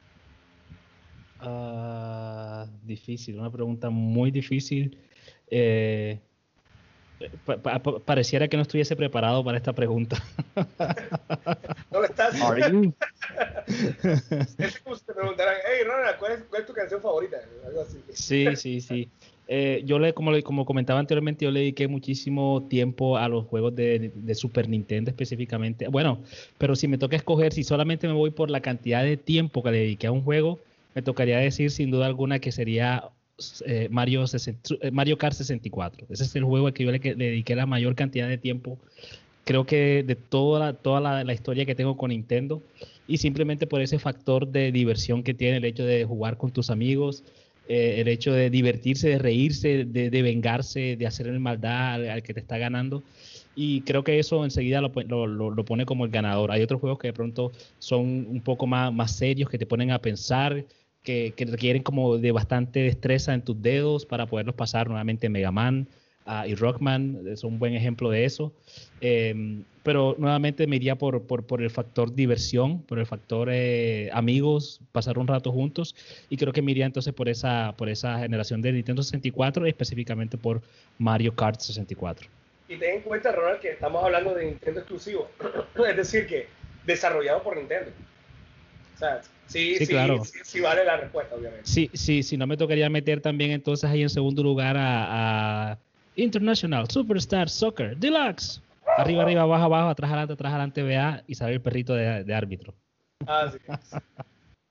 Uh, difícil, una pregunta muy difícil. Eh, pa pa pareciera que no estuviese preparado para esta pregunta. ¿No lo estás? Are you? Es como si te preguntaran, hey Ronald, ¿cuál es, ¿cuál es tu canción favorita? Algo así. Sí, sí, sí. Eh, yo le, como, como comentaba anteriormente, yo le dediqué muchísimo tiempo a los juegos de, de Super Nintendo específicamente. Bueno, pero si me toca escoger, si solamente me voy por la cantidad de tiempo que le dediqué a un juego, me tocaría decir sin duda alguna que sería eh, Mario, sesenta, Mario Kart sesenta y cuatro. Ese es el juego al que yo le, le dediqué la mayor cantidad de tiempo. Creo que de toda, la, toda la, la historia que tengo con Nintendo, y simplemente por ese factor de diversión que tiene el hecho de jugar con tus amigos, eh, el hecho de divertirse, de reírse, de, de vengarse, de hacerle maldad al, al que te está ganando. Y creo que eso enseguida lo, lo, lo pone como el ganador. Hay otros juegos que de pronto son un poco más, más serios, que te ponen a pensar, que, que requieren como de bastante destreza en tus dedos para poderlos pasar. Nuevamente Mega Man uh, y Rockman es un buen ejemplo de eso. Eh, pero nuevamente me iría por, por, por el factor diversión, por el factor eh, amigos, pasar un rato juntos. Y creo que me iría entonces por esa, por esa generación de Nintendo sesenta y cuatro, y específicamente por Mario Kart sesenta y cuatro. Y ten en cuenta, Ronald, que estamos hablando de Nintendo exclusivo. Es decir, que desarrollado por Nintendo. O sea, sí, sí, sí, claro. sí, sí vale la respuesta, obviamente. Sí, sí, sí, no me tocaría meter también entonces ahí en segundo lugar a, a International Superstar Soccer Deluxe. Arriba, arriba, abajo, abajo, atrás, adelante, atrás, adelante, B A, y sale el perrito de, de árbitro. Ah, sí.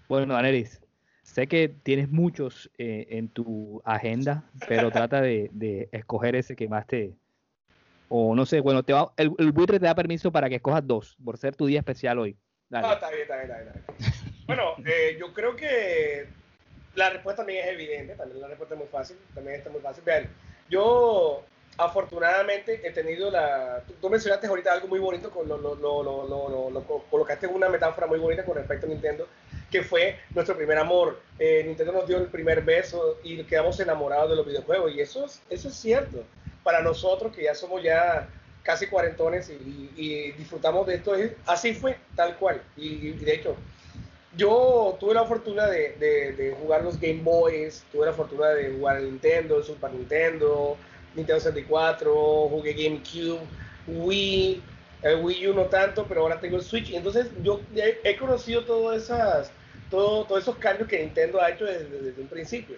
Bueno, Daneris, sé que tienes muchos eh, en tu agenda, pero trata de, de escoger ese que más te... O no sé, bueno, te va, el, el buitre te da permiso para que escojas dos, por ser tu día especial hoy. Dale. Ah, está bien, está bien, está bien. Está bien. Bueno, eh, yo creo que la respuesta también es evidente, también la respuesta es muy fácil, también está muy fácil. Vean, yo afortunadamente he tenido la... Tú, tú mencionaste ahorita algo muy bonito, con lo, lo, lo, lo, lo, lo, lo colocaste en una metáfora muy bonita con respecto a Nintendo, que fue nuestro primer amor. Eh, Nintendo nos dio el primer beso y quedamos enamorados de los videojuegos, y eso es, eso es cierto. Para nosotros, que ya somos ya casi cuarentones y, y, y disfrutamos de esto, es, así fue, tal cual. Y, y de hecho, yo tuve la fortuna de, de, de jugar los Game Boys, tuve la fortuna de jugar el Nintendo, el Super Nintendo, Nintendo sesenta y cuatro, jugué GameCube, Wii, el Wii U no tanto, pero ahora tengo el Switch. Entonces yo he, he conocido todas esas, todo, todos esos cambios que Nintendo ha hecho desde, desde un principio.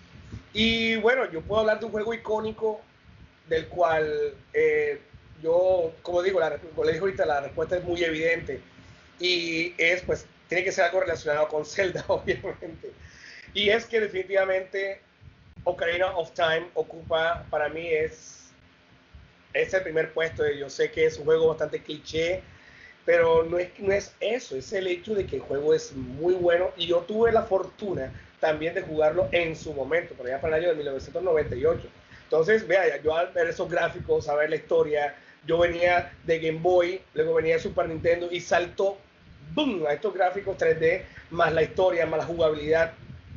Y bueno, yo puedo hablar de un juego icónico del cual eh, yo, como digo, la, como le dije ahorita, la respuesta es muy evidente. Y es, pues, tiene que ser algo relacionado con Zelda, obviamente. Y es que definitivamente Ocarina of Time ocupa, para mí, es, es el primer puesto. Yo sé que es un juego bastante cliché, pero no es, no es eso, es el hecho de que el juego es muy bueno. Y yo tuve la fortuna también de jugarlo en su momento, por allá para el año de mil novecientos noventa y ocho. Entonces, vea, yo al ver esos gráficos, saber la historia, yo venía de Game Boy, luego venía de Super Nintendo y saltó, ¡boom!, a estos gráficos tres D, más la historia, más la jugabilidad.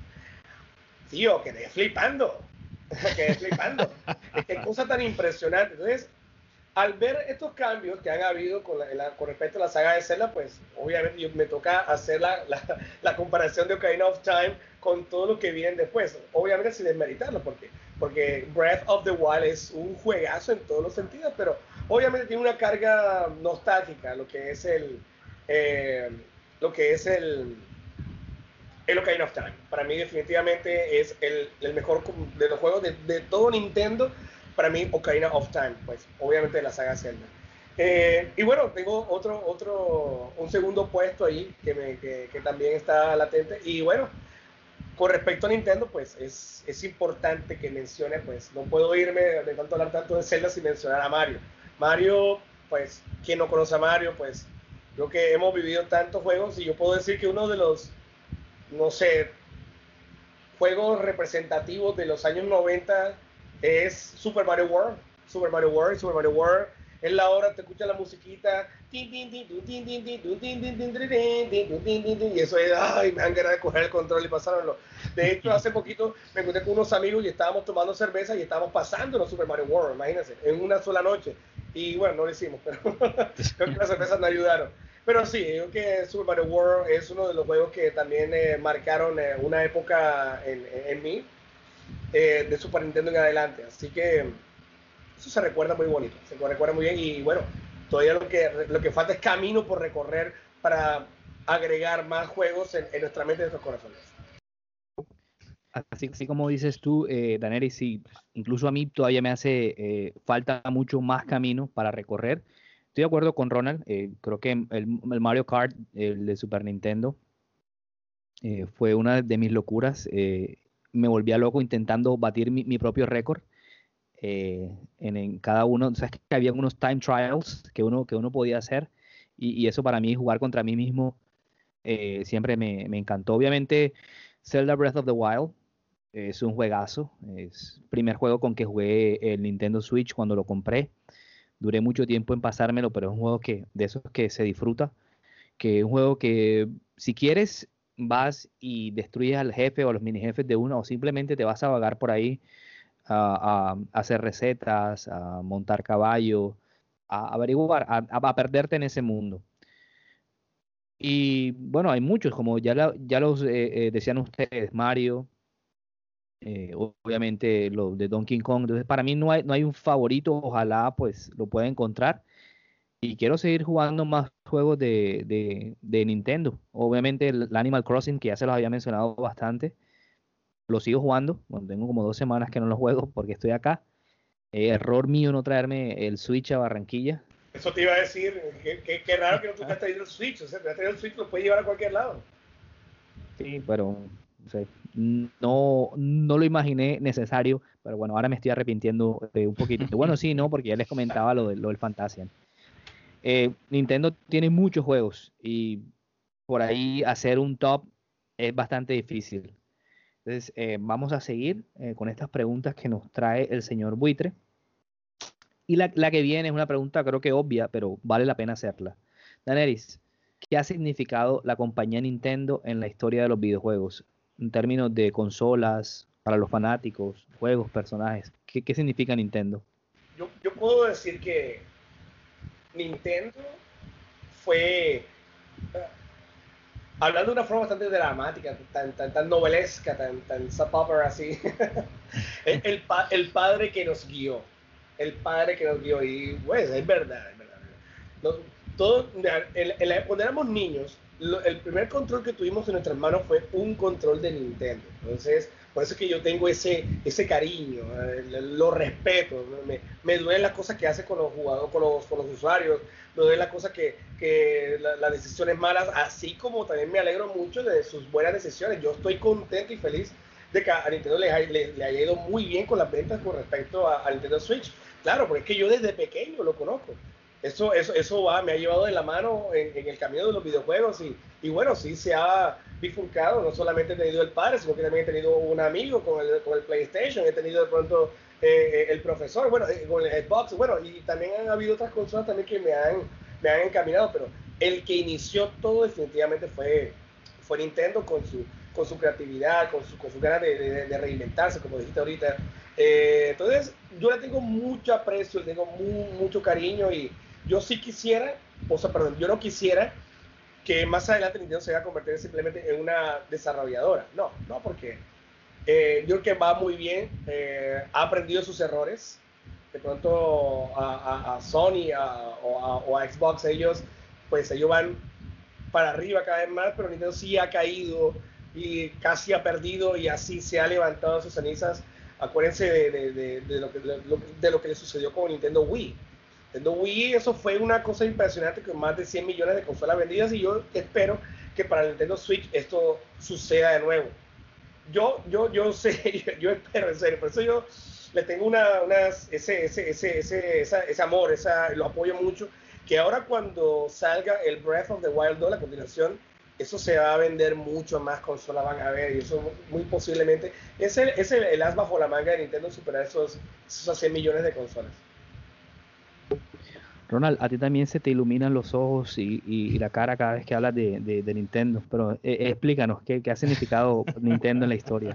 Tío, quedé flipando, quedé flipando. Qué cosa tan impresionante. Entonces, al ver estos cambios que han habido con, la, la, con respecto a la saga de Zelda, pues obviamente yo, me toca hacer la, la, la comparación de Ocarina of Time con todo lo que viene después. Obviamente sin desmeritarlo, porque, porque Breath of the Wild es un juegazo en todos los sentidos, pero obviamente tiene una carga nostálgica, lo que es el, eh, lo que es el, el Ocarina of Time. Para mí definitivamente es el, el mejor de los juegos de, de todo Nintendo. Para mí, Ocarina of Time, pues obviamente de la saga Zelda. Eh, y bueno, tengo otro, otro, un segundo puesto ahí que, me, que, que también está latente. Y bueno, con respecto a Nintendo, pues es, es importante que mencione, pues no puedo irme de tanto hablar tanto de Zelda sin mencionar a Mario. Mario, pues, quien no conoce a Mario, pues creo que hemos vivido tantos juegos y yo puedo decir que uno de los, no sé, juegos representativos de los años noventa es Super Mario World. Super Mario World, Super Mario World. En la hora te escuchas la musiquita. Y eso es, ay, me dan ganas de coger el control y pasármelo. De hecho, hace poquito me encontré con unos amigos y estábamos tomando cerveza y estábamos pasando los Super Mario World, imagínense, en una sola noche. Y bueno, no lo hicimos, pero creo que las cervezas nos ayudaron. Pero sí, creo que Super Mario World es uno de los juegos que también eh, marcaron eh, una época en, en, en mí. Eh, de Super Nintendo en adelante, así que eso se recuerda muy bonito, se recuerda muy bien y bueno, todavía lo que, lo que falta es camino por recorrer para agregar más juegos en, en nuestra mente y en nuestros corazones. Así, así como dices tú, eh, Daenerys, sí, incluso a mí todavía me hace eh, falta mucho más camino para recorrer. Estoy de acuerdo con Ronald, eh, creo que el, el Mario Kart, el de Super Nintendo, eh, fue una de mis locuras. Eh, me volvía loco intentando batir mi, mi propio récord eh, en, en cada uno. Sabes que había unos time trials que uno, que uno podía hacer y, y eso para mí, jugar contra mí mismo, eh, siempre me, me encantó. Obviamente, Zelda Breath of the Wild eh, es un juegazo. Es el primer juego con que jugué el Nintendo Switch cuando lo compré. Duré mucho tiempo en pasármelo, pero es un juego que, de esos que se disfruta, que es un juego que si quieres vas y destruyes al jefe o a los mini jefes de uno, o simplemente te vas a vagar por ahí a, a, a hacer recetas, a montar caballo, a, a averiguar, a, a, perderte en ese mundo. Y bueno, hay muchos, como ya, la, ya los eh, eh, decían ustedes, Mario, eh, obviamente los de Donkey Kong. Entonces, para mí no hay, no hay un favorito, ojalá pues lo pueda encontrar. Y quiero seguir jugando más juegos de, de, de Nintendo. Obviamente el, el Animal Crossing, que ya se los había mencionado bastante, lo sigo jugando. Bueno, tengo como dos semanas que no lo juego porque estoy acá. Eh, error mío no traerme el Switch a Barranquilla. Eso te iba a decir, qué, qué, qué raro que no tú te has traído el Switch. O sea, te has traído el Switch, lo puedes llevar a cualquier lado. Sí, pero no sé, no, no lo imaginé necesario, pero bueno, ahora me estoy arrepintiendo eh, un poquito. Bueno, sí, no, porque ya les comentaba lo, de, lo del Fantasian. Eh, Nintendo tiene muchos juegos y por ahí hacer un top es bastante difícil. Entonces, eh, vamos a seguir eh, con estas preguntas que nos trae el señor Buitre. Y la, la que viene es una pregunta creo que obvia, pero vale la pena hacerla. Daenerys, ¿qué ha significado la compañía Nintendo en la historia de los videojuegos? En términos de consolas, para los fanáticos, juegos, personajes. ¿Qué, qué significa Nintendo? Yo, yo puedo decir que Nintendo fue, hablando de una forma bastante dramática, tan, tan, tan novelesca, tan, tan soap opera así, el, el, pa, el padre que nos guió, el padre que nos guió, y pues es verdad, es verdad. No, todo, el, el, cuando éramos niños, lo, el primer control que tuvimos en nuestras manos fue un control de Nintendo. Entonces, por eso es que yo tengo ese, ese cariño, eh, lo respeto, me, me duelen las cosas que hace con los jugadores, con los, con los usuarios, me duelen las cosas que, que las la decisiones malas, así como también me alegro mucho de sus buenas decisiones. Yo estoy contento y feliz de que a Nintendo le, le, le haya ido muy bien con las ventas con respecto a, a Nintendo Switch. Claro, porque es que yo desde pequeño lo conozco. Eso, eso, eso va, me ha llevado de la mano en, en el camino de los videojuegos y, y bueno, sí se ha bifurcado, no solamente he tenido el padre, sino que también he tenido un amigo con el, con el PlayStation, he tenido de pronto eh, el profesor, bueno, eh, con el Xbox, bueno, y también han habido otras consolas también que me han, me han encaminado, pero el que inició todo definitivamente fue, fue Nintendo con su, con su creatividad, con su, con su ganas de, de, de reinventarse, como dijiste ahorita. Eh, entonces, yo le tengo mucho aprecio, le tengo muy, mucho cariño y yo sí quisiera, o sea, perdón, yo no quisiera que más adelante Nintendo se vaya a convertir simplemente en una desarrolladora. No, no, porque eh, yo creo que va muy bien, eh, ha aprendido sus errores. De pronto a, a, a Sony a, o, a, o a Xbox, ellos, pues ellos van para arriba cada vez más, pero Nintendo sí ha caído y casi ha perdido y así se ha levantado sus cenizas. Acuérdense de, de, de, de, lo, que, de, lo, de lo que le sucedió con Nintendo Wii. Nintendo Wii, eso fue una cosa impresionante con más de cien millones de consolas vendidas y yo espero que para el Nintendo Switch esto suceda de nuevo. Yo, yo, yo sé, yo, yo espero, en serio, por eso yo le tengo una, una ese, ese, ese, ese, esa, ese amor, esa, lo apoyo mucho, que ahora cuando salga el Breath of the Wild dos, la continuación, eso se va a vender mucho más consolas van a ver y eso muy posiblemente es el, es el, el as bajo la manga de Nintendo superar esos, esos cien millones de consolas. Ronald, a ti también se te iluminan los ojos y, y, y la cara cada vez que hablas de, de, de Nintendo, pero eh, explícanos, ¿qué, ¿qué ha significado Nintendo en la historia?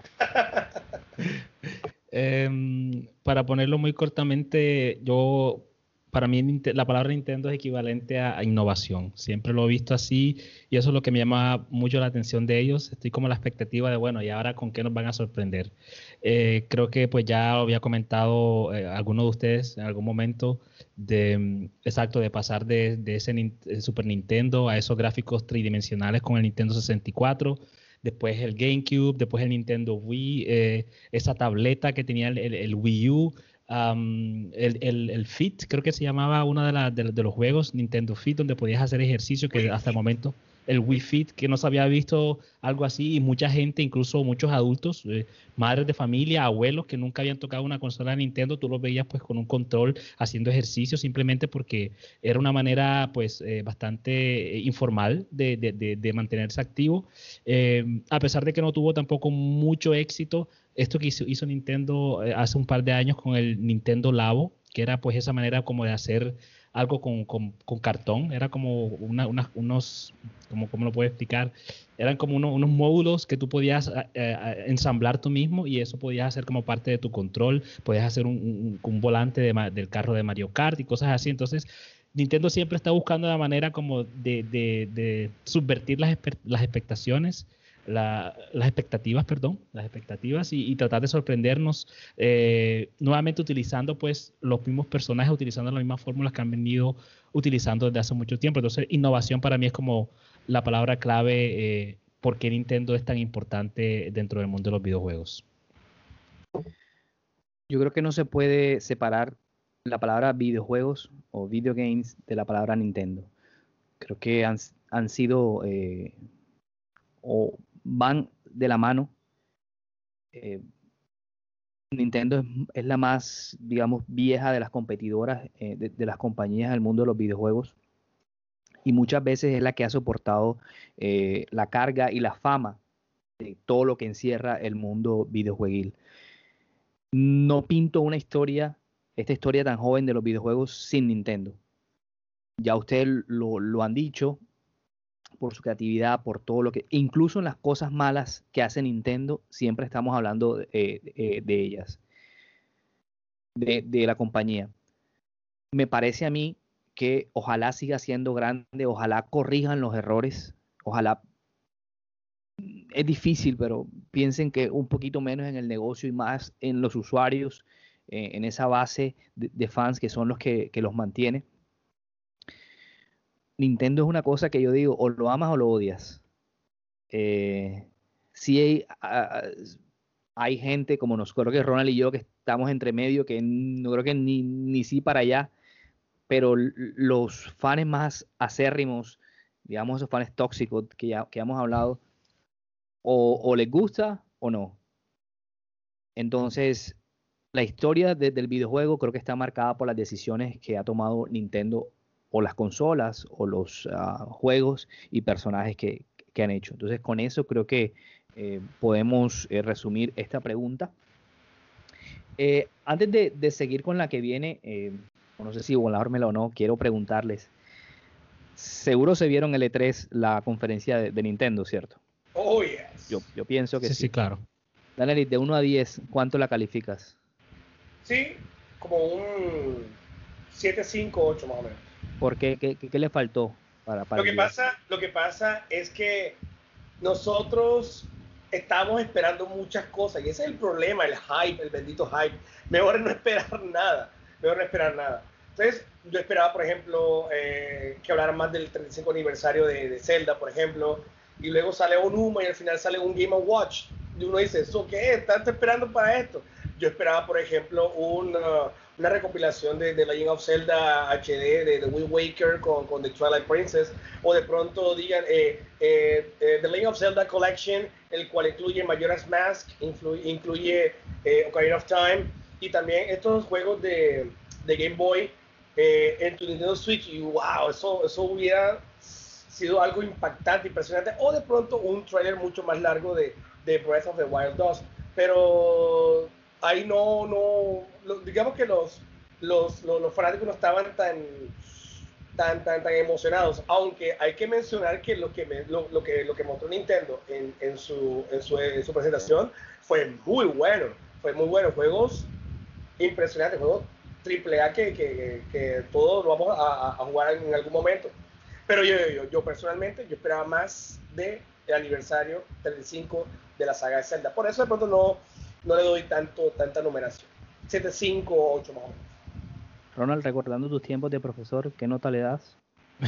Eh, para ponerlo muy cortamente, yo, para mí la palabra Nintendo es equivalente a, a innovación. Siempre lo he visto así y eso es lo que me llama mucho la atención de ellos. Estoy como a la expectativa de, bueno, ¿y ahora con qué nos van a sorprender? Eh, creo que pues ya lo había comentado eh, alguno de ustedes en algún momento, de, exacto, de pasar de, de ese Super Nintendo a esos gráficos tridimensionales con el Nintendo sesenta y cuatro. Después el GameCube, después el Nintendo Wii, eh, esa tableta que tenía el, el, el Wii U, um, el, el, el Fit, creo que se llamaba uno de, la, de, de los juegos, Nintendo Fit, donde podías hacer ejercicio, que hasta el momento, el Wii Fit, que no se había visto algo así, y mucha gente, incluso muchos adultos, eh, madres de familia, abuelos que nunca habían tocado una consola de Nintendo, tú los veías pues con un control haciendo ejercicio simplemente porque era una manera pues eh, bastante informal de, de, de, de mantenerse activo. Eh, a pesar de que no tuvo tampoco mucho éxito, esto que hizo, hizo Nintendo eh, hace un par de años con el Nintendo Labo, que era pues esa manera como de hacer algo con, con, con cartón, era como una, una, unos, como, ¿cómo lo puedo explicar? Eran como uno, unos módulos que tú podías eh, eh, ensamblar tú mismo y eso podías hacer como parte de tu control, podías hacer un, un, un volante de, del carro de Mario Kart y cosas así. Entonces, Nintendo siempre está buscando la manera como de, de, de subvertir las, las expectaciones, la, las expectativas, perdón, las expectativas y, y tratar de sorprendernos eh, nuevamente utilizando pues los mismos personajes, utilizando las mismas fórmulas que han venido utilizando desde hace mucho tiempo. Entonces, innovación para mí es como la palabra clave eh, por qué Nintendo es tan importante dentro del mundo de los videojuegos. Yo creo que no se puede separar la palabra videojuegos o video games de la palabra Nintendo. Creo que han, han sido, eh, o van de la mano. Eh, Nintendo es, es la más, digamos, vieja de las competidoras, eh, de, de las compañías del mundo de los videojuegos, y muchas veces es la que ha soportado eh, la carga y la fama de todo lo que encierra el mundo videojueguil. No pinto una historia, esta historia tan joven de los videojuegos sin Nintendo. Ya ustedes lo, lo han dicho, por su creatividad, por todo lo que, incluso en las cosas malas que hace Nintendo, siempre estamos hablando eh, eh, de ellas, de, de la compañía. Me parece a mí que ojalá siga siendo grande, ojalá corrijan los errores, ojalá, es difícil, pero piensen que un poquito menos en el negocio y más en los usuarios, eh, en esa base de, de fans que son los que, que los mantiene. Nintendo es una cosa que yo digo, o lo amas o lo odias. Eh, sí hay, uh, hay gente como nos creo que Ronald y yo que estamos entre medio, que no creo que ni, ni sí para allá, pero los fans más acérrimos, digamos esos fans tóxicos que ya que hemos hablado, o, o les gusta o no. Entonces, la historia de, del videojuego creo que está marcada por las decisiones que ha tomado Nintendo, o las consolas, o los uh, juegos y personajes que, que han hecho. Entonces, con eso creo que eh, podemos eh, resumir esta pregunta. Eh, antes de, de seguir con la que viene, eh, no sé si volármela o no, quiero preguntarles. Seguro se vieron el E tres, la conferencia de, de Nintendo, ¿cierto? Oh, yes. Yo, yo pienso que sí. Sí, sí, claro. Daniel, de uno a diez, ¿cuánto la calificas? Sí, como un siete, cinco, ocho más o menos. ¿Por qué? ¿Qué, qué, qué le faltó para, para Lo que el diez? pasa, lo que pasa es que nosotros estamos esperando muchas cosas y ese es el problema, el hype, el bendito hype. Mejor es no esperar nada, mejor no esperar nada. Entonces, yo esperaba, por ejemplo, eh, que hablaran más del treinta y cinco aniversario de, de Zelda, por ejemplo, y luego sale un humo y al final sale un Game and Watch. Y uno dice, ¿eso qué es? ¿Estás esperando para esto? Yo esperaba, por ejemplo, un, uh, una recopilación de, de Legend of Zelda H D, de, de Wind Waker con, con The Twilight Princess, o de pronto digan eh, eh, eh, The Legend of Zelda Collection, el cual incluye Majora's Mask, incluye, incluye eh, Ocarina of Time, y también estos juegos de, de Game Boy eh, en tu Nintendo Switch, y wow, eso, eso hubiera sido algo impactante, impresionante, o de pronto un trailer mucho más largo de, de Breath of the Wild dos, pero ahí no, no, lo, digamos que los, los, los, los fanáticos no estaban tan, tan, tan, tan emocionados, aunque hay que mencionar que lo que, me, lo, lo que, lo que mostró Nintendo en, en, su, en, su, en su presentación fue muy bueno, fue muy bueno, juegos impresionantes, juegos triple A que, que, que todos lo vamos a, a jugar en algún momento. Pero yo, yo, yo personalmente, yo esperaba más del aniversario treinta y cinco de la saga de Zelda. Por eso de pronto no, no le doy tanto, tanta numeración. siete, cinco, ocho más o menos. Ronald, recordando tus tiempos de profesor, ¿qué nota le das?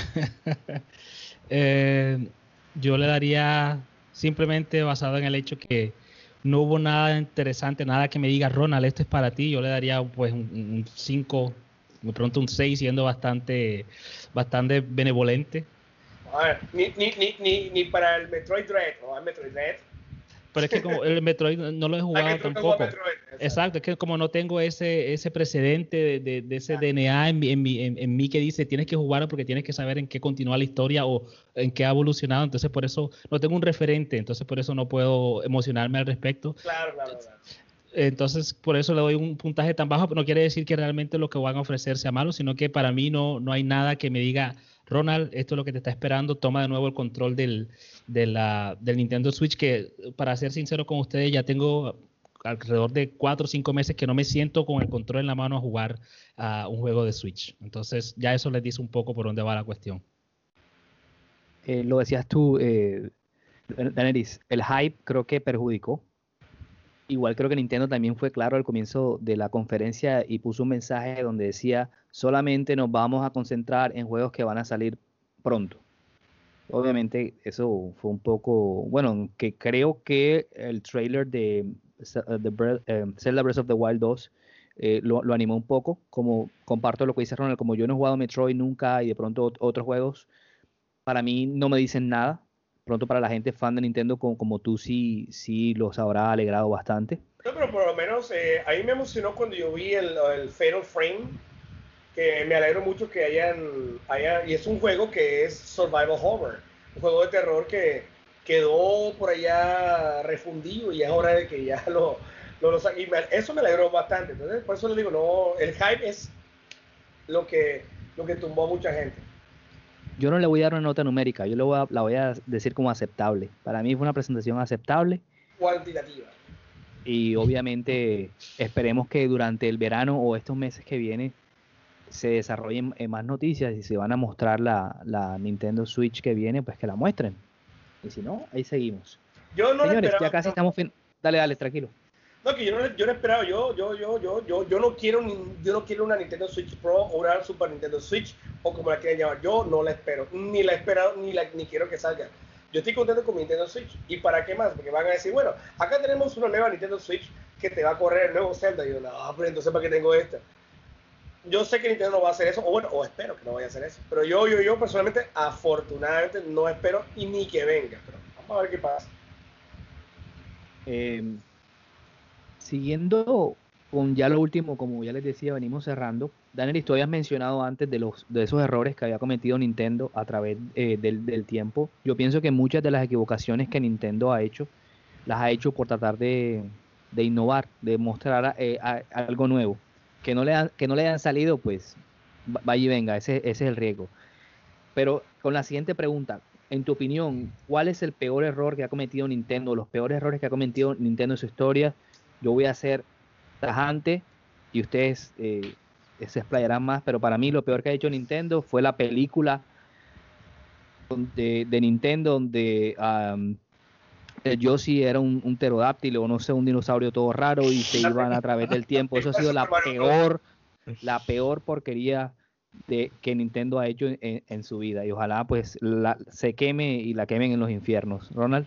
eh, yo le daría, simplemente basado en el hecho que no hubo nada interesante, nada que me diga, Ronald, esto es para ti, yo le daría pues un cinco, de pronto un seis, siendo bastante, bastante benevolente. A ver, ni, ni, ni, ni, ni para el Metroid Dread, ¿no? El Metroid Dread. Pero es que como el Metroid no lo he jugado tampoco. Metroid, exacto, es que como no tengo ese ese precedente de, de, de ese ah. D N A en mí, en, mí, en, en mí que dice tienes que jugarlo porque tienes que saber en qué continúa la historia o en qué ha evolucionado, entonces por eso no tengo un referente, entonces por eso no puedo emocionarme al respecto. Claro, claro, claro. Entonces por eso le doy un puntaje tan bajo, pero no quiere decir que realmente lo que van a ofrecer sea malo, sino que para mí no, no hay nada que me diga, Ronald, esto es lo que te está esperando, toma de nuevo el control del, de la, del Nintendo Switch, que para ser sincero con ustedes ya tengo alrededor de cuatro o cinco meses que no me siento con el control en la mano a jugar a uh, un juego de Switch. Entonces ya eso les dice un poco por dónde va la cuestión. Eh, lo decías tú, eh, Daenerys, el hype creo que perjudicó. Igual creo que Nintendo también fue claro al comienzo de la conferencia y puso un mensaje donde decía solamente nos vamos a concentrar en juegos que van a salir pronto. Obviamente eso fue un poco, bueno, que creo que el trailer de uh, the Breath, uh, Zelda Breath of the Wild dos eh, lo, lo animó un poco, como comparto lo que dice Ronald, como yo no he jugado Metroid nunca y de pronto otros juegos, para mí no me dicen nada, pronto para la gente fan de Nintendo como, como tú sí, sí los habrá alegrado bastante. No, pero por lo menos eh, a mí me emocionó cuando yo vi el, el Fatal Frame, que me alegro mucho que hayan, hayan, y es un juego que es survival horror, un juego de terror que quedó por allá refundido y es hora de que ya lo, lo, lo y me, eso me alegró bastante. Entonces, por eso le digo, no, el hype es lo que, lo que tumbó a mucha gente. Yo no le voy a dar una nota numérica, yo le voy a, la voy a decir como aceptable. Para mí fue una presentación aceptable. Cuantitativa. Y obviamente esperemos que durante el verano o estos meses que vienen se desarrollen eh, más noticias y se van a mostrar la, la Nintendo Switch que viene, pues que la muestren. Y si no, ahí seguimos. Yo no Señores, esperaba, ya casi no, estamos fin... Dale, dale, tranquilo. No, que yo no, yo no esperaba, yo, yo, yo, yo, yo, yo no quiero ni, yo no quiero una Nintendo Switch Pro o una Super Nintendo Switch o como la quieran llamar. Yo no la espero, ni la he esperado, ni la, ni quiero que salga. Yo estoy contento con mi Nintendo Switch. ¿Y para qué más? Porque van a decir, bueno, acá tenemos una nueva Nintendo Switch que te va a correr el nuevo Zelda. Y yo, no, pero entonces ¿para qué tengo esta? Yo sé que Nintendo no va a hacer eso, o bueno, o espero que no vaya a hacer eso. Pero yo, yo, yo personalmente, afortunadamente, no espero y ni que venga. Pero vamos a ver qué pasa. Eh, siguiendo con ya lo último, como ya les decía, venimos cerrando. Daniel, tú habías mencionado antes de, los, de esos errores que había cometido Nintendo a través eh, del, del tiempo. Yo pienso que muchas de las equivocaciones que Nintendo ha hecho, las ha hecho por tratar de, de innovar, de mostrar eh, a, a algo nuevo. Que no, le han, que no le hayan salido, pues vaya y venga, ese, ese es el riesgo. Pero con la siguiente pregunta, en tu opinión, ¿cuál es el peor error que ha cometido Nintendo, los peores errores que ha cometido Nintendo en su historia? Yo voy a ser tajante y ustedes eh, se explayarán más, pero para mí lo peor que ha hecho Nintendo fue la película de, de Nintendo donde um, el Yoshi era un, un pterodáctilo o no sé, un dinosaurio todo raro y se iban a través del tiempo. Eso ha sido la peor, la peor porquería de, que Nintendo ha hecho en, en su vida y ojalá pues la, se queme y la quemen en los infiernos. Ronald.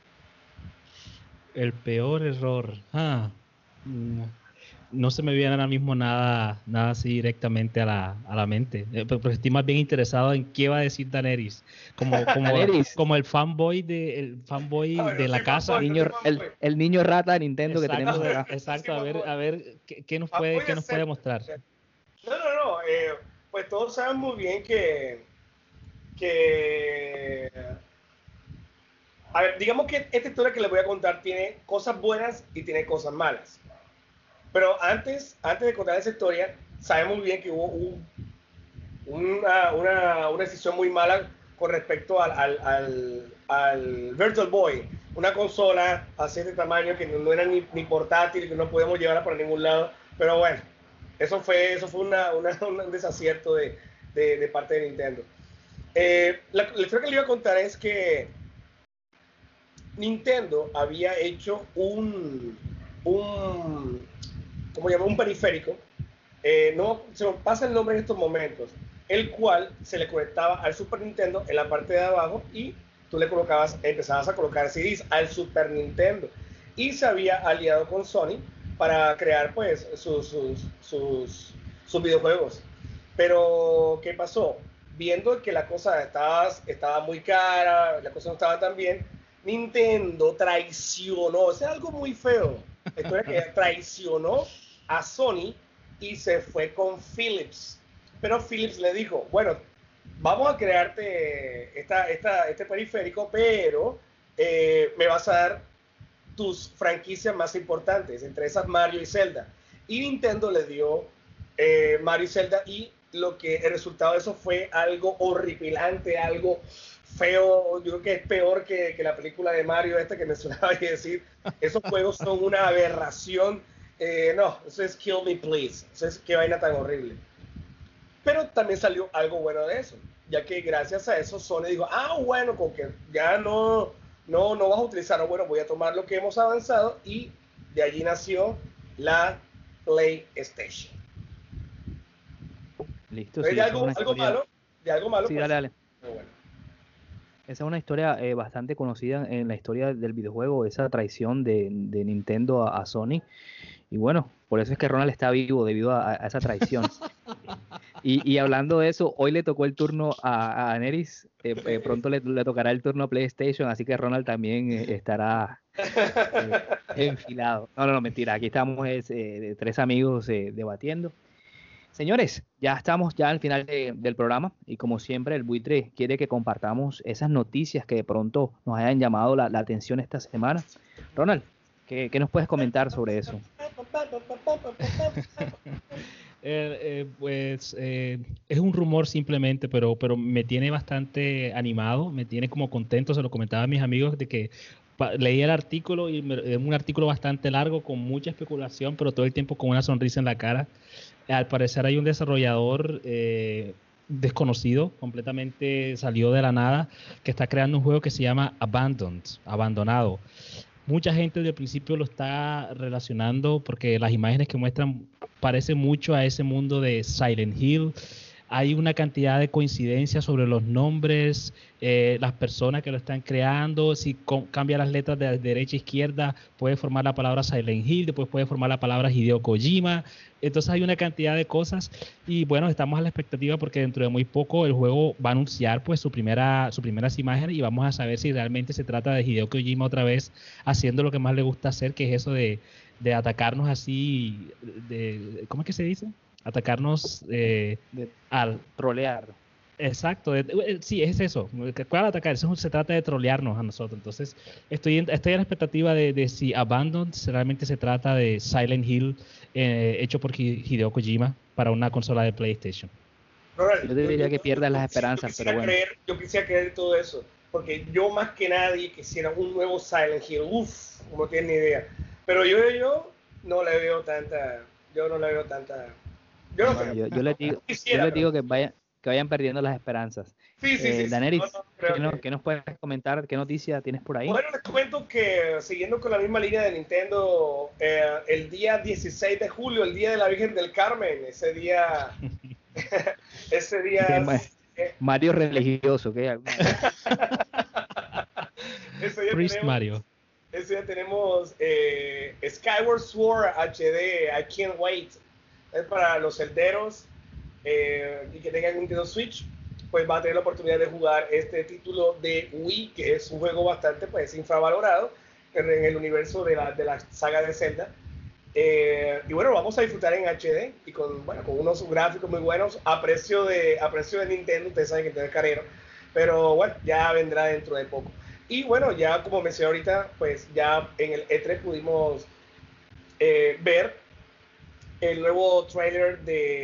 El peor error. Ah, no se me viene ahora mismo nada, nada así directamente a la, a la mente. Eh, pero estoy más bien interesado en qué va a decir Daenerys. Como, como, como el fanboy de el fanboy no, de la casa. El niño, el, el niño rata de Nintendo exacto, que tenemos acá. Exacto, a ver, a ver qué, qué nos puede, qué nos puede mostrar. No, no, no. Eh, pues todos saben muy bien que, que a ver, digamos que esta historia que les voy a contar tiene cosas buenas y tiene cosas malas. Pero antes, antes de contar esa historia, sabemos muy bien que hubo un, una, una, una decisión muy mala con respecto al, al, al, al Virtual Boy, una consola así de tamaño que no, no era ni, ni portátil, que no podíamos llevarla por ningún lado. Pero bueno, eso fue, eso fue una, una, un desacierto de, de, de parte de Nintendo. Eh, la, la historia que le iba a contar es que Nintendo había hecho un, un ¿cómo llama? Un periférico, eh, no se me pasa el nombre en estos momentos, el cual se le conectaba al Super Nintendo en la parte de abajo y tú le colocabas, empezabas a colocar C Ds al Super Nintendo y se había aliado con Sony para crear pues sus, sus, sus, sus videojuegos. Pero, ¿qué pasó? Viendo que la cosa estaba, estaba muy cara, la cosa no estaba tan bien, Nintendo traicionó, o sea, algo muy feo, la historia que traicionó a Sony y se fue con Philips. Pero Philips le dijo, bueno, vamos a crearte esta, esta, este periférico, pero eh, me vas a dar tus franquicias más importantes, entre esas Mario y Zelda. Y Nintendo le dio eh, Mario y Zelda y lo que el resultado de eso fue algo horripilante, algo feo. Yo creo que es peor que, que la película de Mario esta que mencionaba y decir, esos juegos son una aberración. Eh, no, eso es kill me please, eso es qué vaina tan horrible. Pero también salió algo bueno de eso, ya que gracias a eso Sony dijo, ah, bueno, con que ya no, no, no vas a utilizar, bueno, voy a tomar lo que hemos avanzado y de allí nació la PlayStation. Listo, de, sí, algo, es algo historia... malo, de algo malo. Sí, pues, dale, dale. bueno. Esa es una historia eh, bastante conocida en la historia del videojuego, esa traición de, de Nintendo a, a Sony. Y bueno, por eso es que Ronald está vivo, debido a, a esa traición. Y, y hablando de eso, hoy le tocó el turno a, a Neris, eh, eh, pronto le, le tocará el turno a PlayStation, así que Ronald también eh, estará eh, enfilado. No, no, no, mentira, aquí estamos es, eh, tres amigos eh, debatiendo. Señores, ya estamos ya al final de, del programa y como siempre el buitre quiere que compartamos esas noticias que de pronto nos hayan llamado la, la atención esta semana. Ronald, ¿qué, qué nos puedes comentar sobre eso? eh, eh, pues eh, es un rumor simplemente, pero, pero me tiene bastante animado, me tiene como contento, se lo comentaba a mis amigos de que leí el artículo y es un artículo bastante largo con mucha especulación, pero todo el tiempo con una sonrisa en la cara. Al parecer hay un desarrollador eh, desconocido, completamente salió de la nada, que está creando un juego que se llama Abandoned, Abandonado. Mucha gente desde el principio lo está relacionando porque las imágenes que muestran parecen mucho a ese mundo de Silent Hill. Hay una cantidad de coincidencias sobre los nombres, eh, las personas que lo están creando. Si cambia las letras de derecha a izquierda, puede formar la palabra Silent Hill, después puede formar la palabra Hideo Kojima. Entonces hay una cantidad de cosas y bueno, estamos a la expectativa porque dentro de muy poco el juego va a anunciar pues su primera, sus primeras imágenes y vamos a saber si realmente se trata de Hideo Kojima otra vez haciendo lo que más le gusta hacer, que es eso de, de atacarnos así, de, ¿cómo es que se dice? Atacarnos eh, de al trolear. Exacto, de, de, sí, es eso. ¿Cuál atacar? Eso se trata de trolearnos a nosotros. Entonces, estoy en, estoy a la expectativa de, de si Abandoned realmente se trata de Silent Hill eh, hecho por Hideo Kojima para una consola de PlayStation. Yo te diría que pierdas las esperanzas, yo pero bueno. Creer, yo quisiera creer todo eso, porque yo más que nadie quisiera un nuevo Silent Hill. Uf, como tienes ni idea. Pero yo, yo no le veo tanta, yo no le veo tanta. Yo, no bueno, yo, yo les digo, quisiera, yo les digo que vayan, que vayan perdiendo las esperanzas. Sí, sí, eh, sí. Daneris, no, no, ¿qué, no, que... ¿qué nos puedes comentar? ¿Qué noticia tienes por ahí? Bueno, les cuento que siguiendo con la misma línea de Nintendo, eh, el día dieciséis de julio, el día de la Virgen del Carmen, ese día, ese día. Eh, Mario religioso, ¿qué? ese día Priest tenemos, Mario. Ese día tenemos eh, Skyward Sword H D, I Can't Wait. Es para los celderos eh, y que tengan un Nintendo Switch, pues va a tener la oportunidad de jugar este título de Wii, que es un juego bastante pues infravalorado en, en el universo de la, de la saga de Zelda. Eh, y bueno, vamos a disfrutar en H D y con, bueno, con unos gráficos muy buenos a precio de, a precio de Nintendo. Ustedes saben que es carero, pero bueno, ya vendrá dentro de poco. Y bueno, ya como mencioné ahorita, pues ya en el E tres pudimos eh, ver el nuevo trailer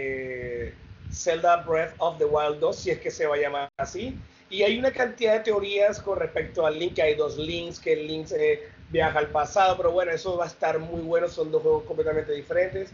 de Zelda Breath of the Wild dos, si es que se va a llamar así. Y hay una cantidad de teorías con respecto al Link, que hay dos Links, que el Link eh, viaja al pasado, pero bueno, eso va a estar muy bueno, son dos juegos completamente diferentes.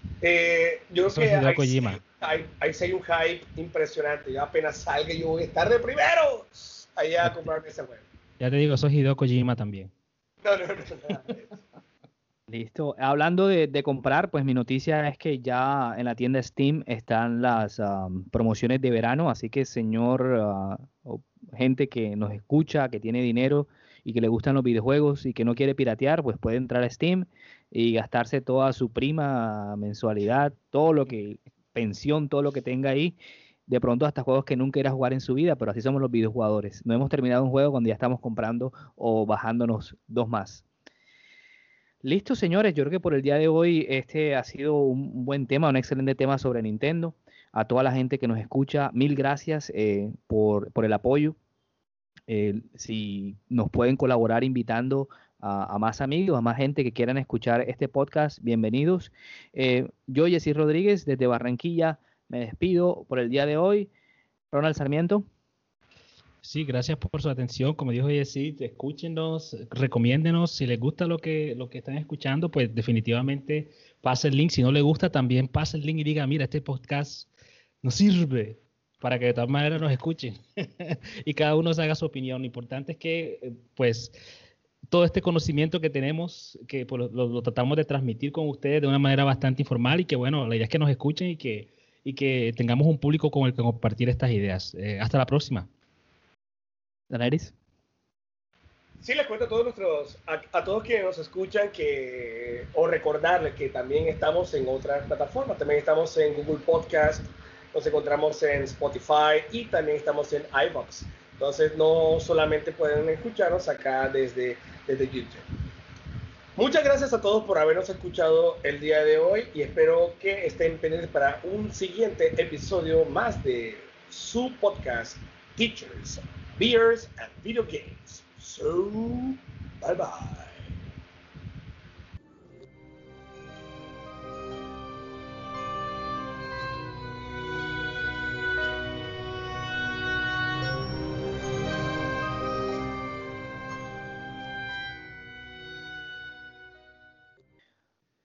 Eh, yo eso creo que es Kojima. Hay, hay, hay un hype impresionante. Ya apenas salga, yo voy a estar de primero allá a comprarme ese juego. Ya te digo, eso es Hideo Kojima también. No, no, no, no. Listo. Hablando de, de comprar, pues mi noticia es que ya en la tienda Steam están las um, promociones de verano, así que señor, uh, gente que nos escucha, que tiene dinero y que le gustan los videojuegos y que no quiere piratear, pues puede entrar a Steam y gastarse toda su prima, mensualidad, todo lo que, pensión, todo lo que tenga ahí. De pronto hasta juegos que nunca era jugar en su vida, pero así somos los videojugadores. No hemos terminado un juego cuando ya estamos comprando o bajándonos dos más. Listo, señores, yo creo que por el día de hoy este ha sido un buen tema, un excelente tema sobre Nintendo. A toda la gente que nos escucha, mil gracias eh, por, por el apoyo. Eh, si nos pueden colaborar invitando a, a más amigos, a más gente que quieran escuchar este podcast, bienvenidos. Eh, yo, Jessy Rodríguez, desde Barranquilla, me despido por el día de hoy. Ronald Sarmiento. Sí, gracias por su atención. Como dijo Jessy, escúchenos, recomiéndenos. Si les gusta lo que, lo que están escuchando, pues definitivamente pase el link. Si no les gusta, también pase el link y diga, mira, este podcast nos sirve, para que de todas maneras nos escuchen. Y cada uno se haga su opinión. Lo importante es que, pues, todo este conocimiento que tenemos, que pues, lo, lo tratamos de transmitir con ustedes de una manera bastante informal y que, bueno, la idea es que nos escuchen y que, y que tengamos un público con el que compartir estas ideas. Eh, hasta la próxima. Daneris. Sí, les cuento a todos nuestros, a, a todos quienes nos escuchan que, o recordarles que también estamos en otras plataformas, también estamos en Google Podcast, nos encontramos en Spotify y también estamos en iVoox. Entonces no solamente pueden escucharnos acá desde, desde YouTube. Muchas gracias a todos por habernos escuchado el día de hoy y espero que estén pendientes para un siguiente episodio más de su podcast Teachers, Beers and Video Games. So, bye bye.